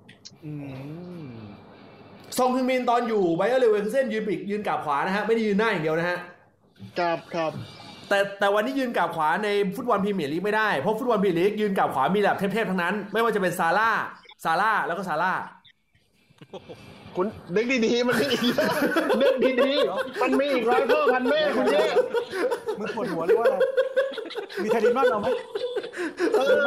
ซองฮึงมินตอนอยู่ไบเออร์เลเวอร์คูเซ่นยืนปีกยืนกาบขวานะฮะไม่ได้ยืนหน้าอย่างเดียวนะฮะครับครับแต่แต่วันนี้ยืนกาบขวาในฟุตบอลพรีเมียร์ลีกไม่ได้เพราะฟุตบอลพรีเมียร์ลีกยืนกาบขวามีแบบเทพๆทั้งนั้นไม่ว่าจะเป็นซาร่าซาร่าแล้วก็ซาร่าคุณนึกดีๆมันมีอีกนึกดีๆมันมีอีกร้อยพ่อพันแม่คุณเนี่ยมึงปวดหัวหรือว่าอะไรมีทารินอนเอาไหมเออ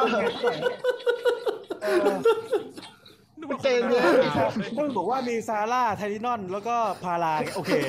เต็มเลยมึงบอกว่ามีซาร่าไทลินอนแล้วก็พาราโอเค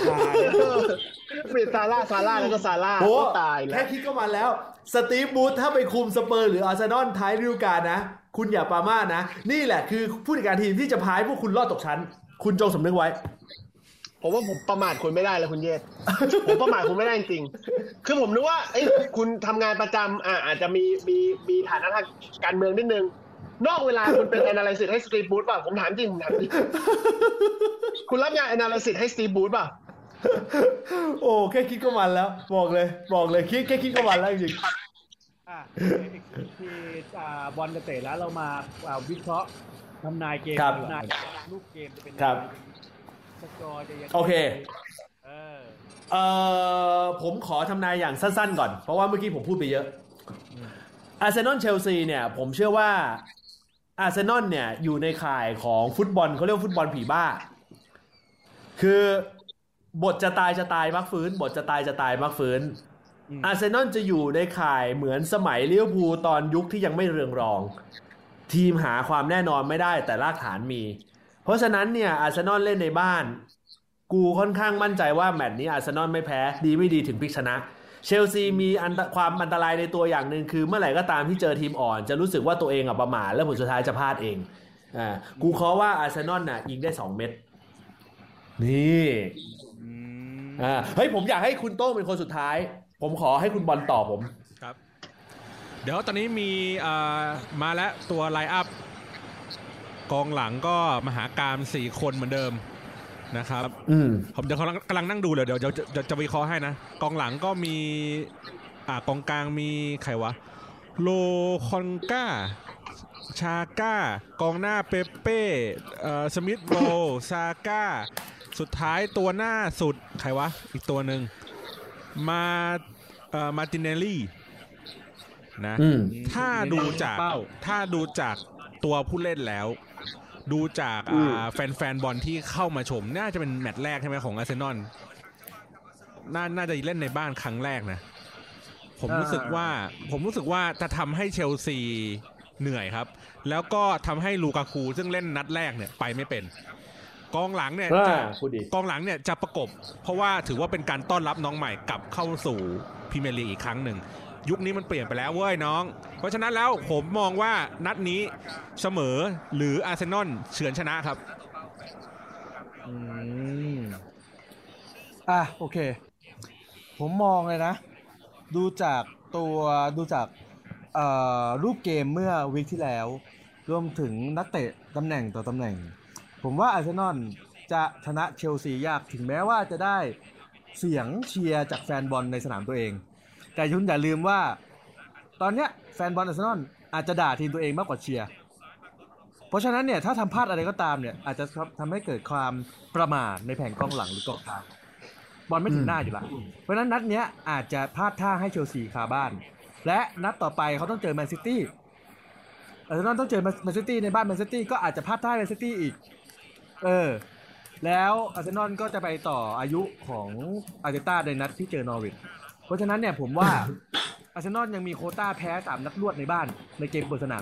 มีซาร่าซาร่าแล้วก็ซาร่าโอ้ตายแล้วแค่คิดก็มันแล้วสตีฟบูธถ้าไปคุมสเปอร์หรืออาร์เซนอลท้ายฤดูกาลนะคุณอย่าปรามาสนะนี่แหละคือผู้จัดการทีมที่จะพาให้พวกคุณรอดตกชั้นคุณจงสำนึกไว้ผมว่าผมประมาทคุณไม่ได้แล้วคุณเยศผมประมาทคุณไม่ได้จริงคือผมนึกว่าเอ้ยคุณทำงานประจำอ่ะอาจจะมีมีมีฐานะทางการเมืองนิดนึงนอกเวลาคุณเป็น analysis ให้สตีฟบูธป่ะผมถามจริงผมถามจริงคุณรับงาน analysis ให้สตีฟบูธป่ะโอ้แค่คิดก็มันแล้วบอกเลยบอกเลยคิดแค่คิดก็มันแล้วจริงอ่ะที่อ่าบอลจะเตะแล้วเรามาวิเคราะห์ทำนายเกมทำนายลูกเกมจะเป็นครับสกอร์จะยังโอเคเออเอ่อผมขอทำนายอย่างสั้นๆก่อนเพราะว่าเมื่อกี้ผมพูดไปเยอะอาร์เซนอลเชลซีเนี่ยผมเชื่อว่าอาร์เซนอลเนี่ยอยู่ในข่ายของฟุตบอลเขาเรียกฟุตบอลผีบ้าคือบทจะตายจะตายมักฟื้นบทจะตายจะตายมักฟื้นอาร์เซนอลจะอยู่ในข่ายเหมือนสมัยลิเวอร์พูลตอนยุคที่ยังไม่เรืองรองทีมหาความแน่นอนไม่ได้แต่รากฐานมีเพราะฉะนั้นเนี่ยอาร์เซนอลเล่นในบ้านกูค่อนข้างมั่นใจว่าแมตช์นี้อาร์เซนอลไม่แพ้ดีไม่ดีถึงพลิกชนะเชลซีมีอันความอันตรายในตัวอย่างหนึ่งคือเมื่อไหร่ก็ตามที่เจอทีมอ่อนจะรู้สึกว่าตัวเองอ่ะประมาทแล้วผลสุดท้ายจะพลาดเองอ่ากูขอว่าอาร์เซนอลน่ะยิงได้สองเม็ดนี่อ่าเฮ้ยผมอยากให้คุณโต้งเป็นคนสุดท้ายผมขอให้คุณบอลตอบผมครับเดี๋ยวตอนนี้มีมาแล้วตัวไลน์อัพกองหลังก็มหากาพย์สี่คนเหมือนเดิมนะครับผมเดี๋ยวเขากำลังนั่งดูเลยเดี๋ยวเดี๋ยวจะจะวิเคราะห์ให้นะกองหลังก็มีอ่ากองกลางมีใครวะโลคอนก้าชาก้ากองหน้าเปเป้เอ่อสมิธโรซาก้าสุดท้ายตัวหน้าสุดใครวะอีกตัวหนึ่งมาเอ่อมาร์ติเนลลี่นะถ้าดูจากถ้าดูจากตัวผู้เล่นแล้วดูจากอ่าแฟนแฟนบอลที่เข้ามาชมน่าจะเป็นแมตช์แรกใช่ไหมของอาร์เซนอลน่าน่าจะเล่นในบ้านครั้งแรกนะผมรู้สึกว่าผมรู้สึกว่าจะทำให้เชลซีเหนื่อยครับแล้วก็ทำให้ลูกาคูซึ่งเล่นนัดแรกเนี่ยไปไม่เป็นกองหลังเนี่ยจะกองหลังเนี่ยจะประกบเพราะว่าถือว่าเป็นการต้อนรับน้องใหม่กลับเข้าสู่พรีเมียร์ลีกอีกครั้งหนึ่งยุคนี้มันเปลี่ยนไปแล้วเว้ยน้องเพราะฉะนั้นแล้วผมมองว่านัดนี้เสมอหรืออาร์เซนอลเฉือนชนะครับอืมอ่ะโอเคผมมองเลยนะดูจากตัวดูจากเอ่อรูปเกมเมื่อวีคที่แล้วรวมถึงนักเตะตำแหน่งต่อตำแหน่งผมว่าอาร์เซนอลจะชนะเชลซียากถึงแม้ว่าจะได้เสียงเชียร์จากแฟนบอลในสนามตัวเองแต่คุณอย่าลืมว่าตอนเนี้ยแฟนบอลอาร์เซนอลอาจจะด่าทีมตัวเองมากกว่าเชียร์เพราะฉะนั้นเนี่ยถ้าทำพลาดอะไรก็ตามเนี่ยอาจจะทำให้เกิดความประมาทในแผงกองหลังหรือกองกลางบอลไม่ถึงหน้าอยู่ละเพราะฉะนั้นนัดเนี้ยอาจจะพลาดท่าให้เชลซีคาบ้านและนัดต่อไปเขาต้องเจอแมนซิตี้อาร์เซนอลต้องเจอแมนซิตี้ในบ้านแมนซิตี้ก็อาจจะพลาดท่าแมนซิตี้อีกเออแล้วอาร์เซนอลก็จะไปต่ออายุของอาร์เตต้าในนัดที่เจอนอริชเพราะฉะนั้นเนี่ยผมว่าอาร์เซนอลยังมีโควต้าแพ้สามนัดรวดในบ้านในเกมเปิดสนาม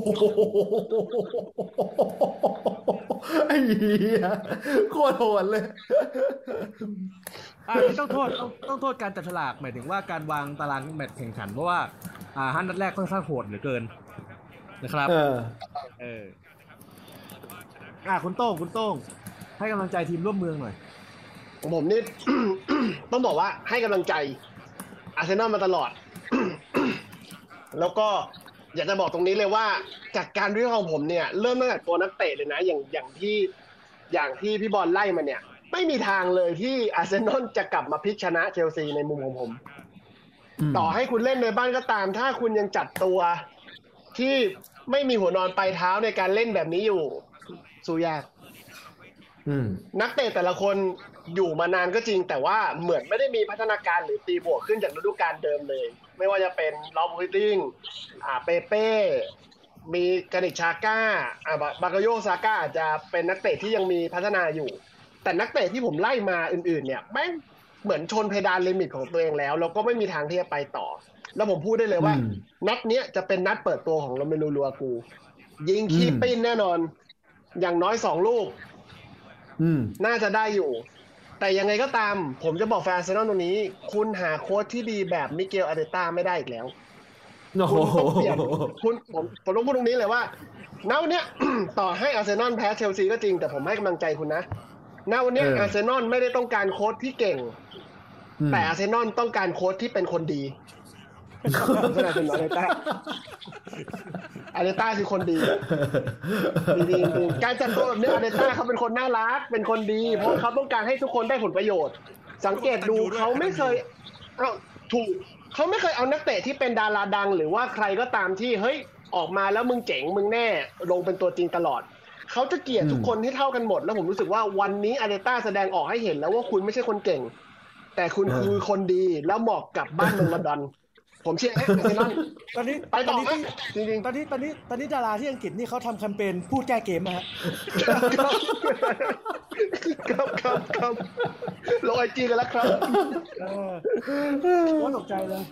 ไอ้เหี้ยโคตรโหดเลยอ่าต้องโทษต้องต้องโทษการจับฉลากหมายถึงว่าการวางตารางแมตช์แข่งขันเพราะว่าอ่าห้านัดแรกค่อนข้างโหดเหลือเกินนะครับเออเอออ่าคุณโต้งคุณโต้งให้กำลังใจทีมร่วมเมืองหน่อยผมนี่ ต้องบอกว่าให้กำลังใจอาร์เซนอลมาตลอด แล้วก็อยากจะบอกตรงนี้เลยว่าจากการวิเคราะห์ของผมเนี่ยเริ่มตั้งแต่ตัวนักเตะเลยนะอย่างอย่างที่อย่างที่พี่บอลไล่มาเนี่ยไม่มีทางเลยที่อาร์เซนอลจะกลับมาพลิกชนะเชลซีในมุมของผมต่อให้คุณเล่นในบ้านก็ตามถ้าคุณยังจัดตัวที่ไม่มีหัวนอนปลายเท้าในการเล่นแบบนี้อยู่สู้ยากนักเตะแต่ละคนอยู่มานานก็จริงแต่ว่าเหมือนไม่ได้มีพัฒนาการหรือตีบวกขึ้นจากฤดูกาลเดิมเลยไม่ว่าจะเป็นลอมวิตติ้งอ่าเปเป้มีกานิชาก้าอ่าบากาโยซาก้าอาจจะเป็นนักเตะที่ยังมีพัฒนาอยู่แต่นักเตะที่ผมไล่มาอื่นๆเนี่ยแม่งเหมือนชนเพดานลิมิตของตัวเองแล้วแล้วก็ไม่มีทางที่จะไปต่อแล้วผมพูดได้เลยว่านัดเนี้ยจะเป็นนัดเปิดตัวของโรเมลู ลูอากูยิงขี้ปิ้นแน่นอนอย่างน้อยสองลูกน่าจะได้อยู่แต่ยังไงก็ตามผมจะบอกแฟนอาร์เซนอลตรงนี้คุณหาโค้ชที่ดีแบบมิเกลอาร์เตต้าไม่ได้อีกแล้วคุณต้องเปลี่ยนคุณผมผมต้องพูดตรงนี้เลยว่าณวันเนี้ย ต่อให้อาร์เซนอลแพ้เชลซีก็จริงแต่ผมให้กำลังใจคุณนะณวันเนี้ยอาร์เซนอลไม่ได้ต้องการโค้ชที่เก่งแต่อาร์เซนอลต้องการโค้ชที่เป็นคนดีขนาดเป็นอาร์เตต้าอาร์เตต้าคือคนดีดีๆการจัดตัวแบบนี้อาร์เตต้าเขาเป็นคนน่ารักเป็นคนดีเพราะเขาต้องการให้ทุกคนได้ผลประโยชน์สังเกตดูเขาไม่เคยเอ้าถูกเขาไม่เคยเอานักเตะที่เป็นดาราดังหรือว่าใครก็ตามที่เฮ้ยออกมาแล้วมึงเจ๋งมึงแน่ลงเป็นตัวจริงตลอดเขาจะเกลียดทุกคนที่เท่ากันหมดแล้วผมรู้สึกว่าวันนี้อาร์เตต้าแสดงออกให้เห็นแล้วว่าคุณไม่ใช่คนเก่งแต่คุณคือคนดีแล้วเหมาะกับบ้านเมืองลอนดอนผมเชื่ออาร์เซนอลตอนนี้ไปต่อไหมจริงๆตอนนี้ตอนนี้ตอนนี้ดาราที่อังกฤษนี่เขาทำแคมเปญพูดแก้เกมนะฮะครับครับครับลงไอจีกันแล้วครับว่าตกใจเลย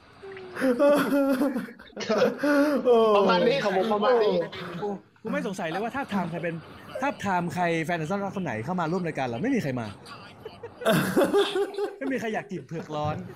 ประมาณนี้ของผมประมาณนี้กูไม่สงสัยเลยว่าถ้าทำใครเป็นถ้าทำใครแฟนอาร์เซนอลคนไหนเข้ามาร่วมรายการเราไม่มีใครมาไม่มีใครอยากกินเผือกร้อน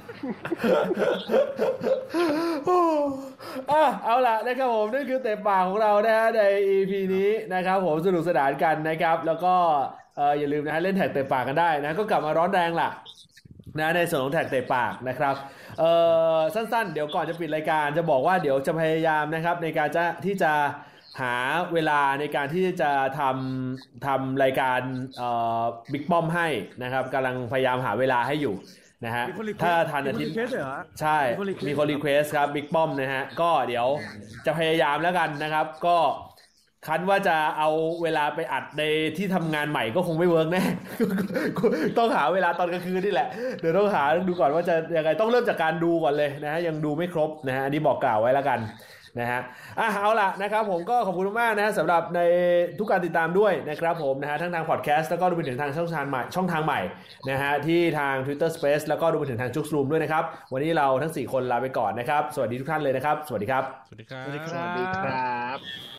อ่ะเอาล่ะนะครับผมนั่นคือเตะปากของเรานะฮะใน อี พี นี้นะครับผมสนุกสนานกันนะครับแล้วก็เอ่ออย่าลืมนะฮะเล่นแท็กเตะปากกันได้นะก็กลับมาร้อนแรงล่ะนะในส่วนของแท็กเตะปากนะครับเอ่อสั้นๆเดี๋ยวก่อนจะปิดรายการจะบอกว่าเดี๋ยวจะพยายามนะครับในการจะที่จะหาเวลาในการที่จะทำทำรายการเอ่อบิ๊กป้อมให้นะครับกำลังพยายามหาเวลาให้อยู่นะฮะถ้าทันอาทิตย์ใช่มีคนรีเควสครับบิ๊กป้อมนะฮะก็เดี๋ยวจะพยายามแล้วกันนะครับก็คันว่าจะเอาเวลาไปอัดในที่ทำงานใหม่ก็คงไม่เวิร์กแน่ ต้องหาเวลาตอนกลางคืนนี่แหละเดี๋ยวต้องหาดูก่อนว่าจะยังไงต้องเริ่มจากการดูก่อนเลยนะฮะยังดูไม่ครบนะฮะอันนี้บอกกล่าวไว้แล้วกันนะฮะอ่ะเอาล่ะนะครับผมก็ขอบคุณมากนะฮะสำหรับในทุกการติดตามด้วยนะครับผมนะฮะทั้งทางพอดแคสต์แล้วก็รวมไปถึงทางช่องทางใหม่ช่องทางใหม่นะฮะที่ทาง Twitter Space แล้วก็รวมไปถึงทาง Juxroom ด้วยนะครับวันนี้เราทั้งสี่คนลาไปก่อนนะครับสวัสดีทุกท่านเลยนะครับสวัสดีครับสวัสดีครับสวัสดีคสรัวัสดีบครับ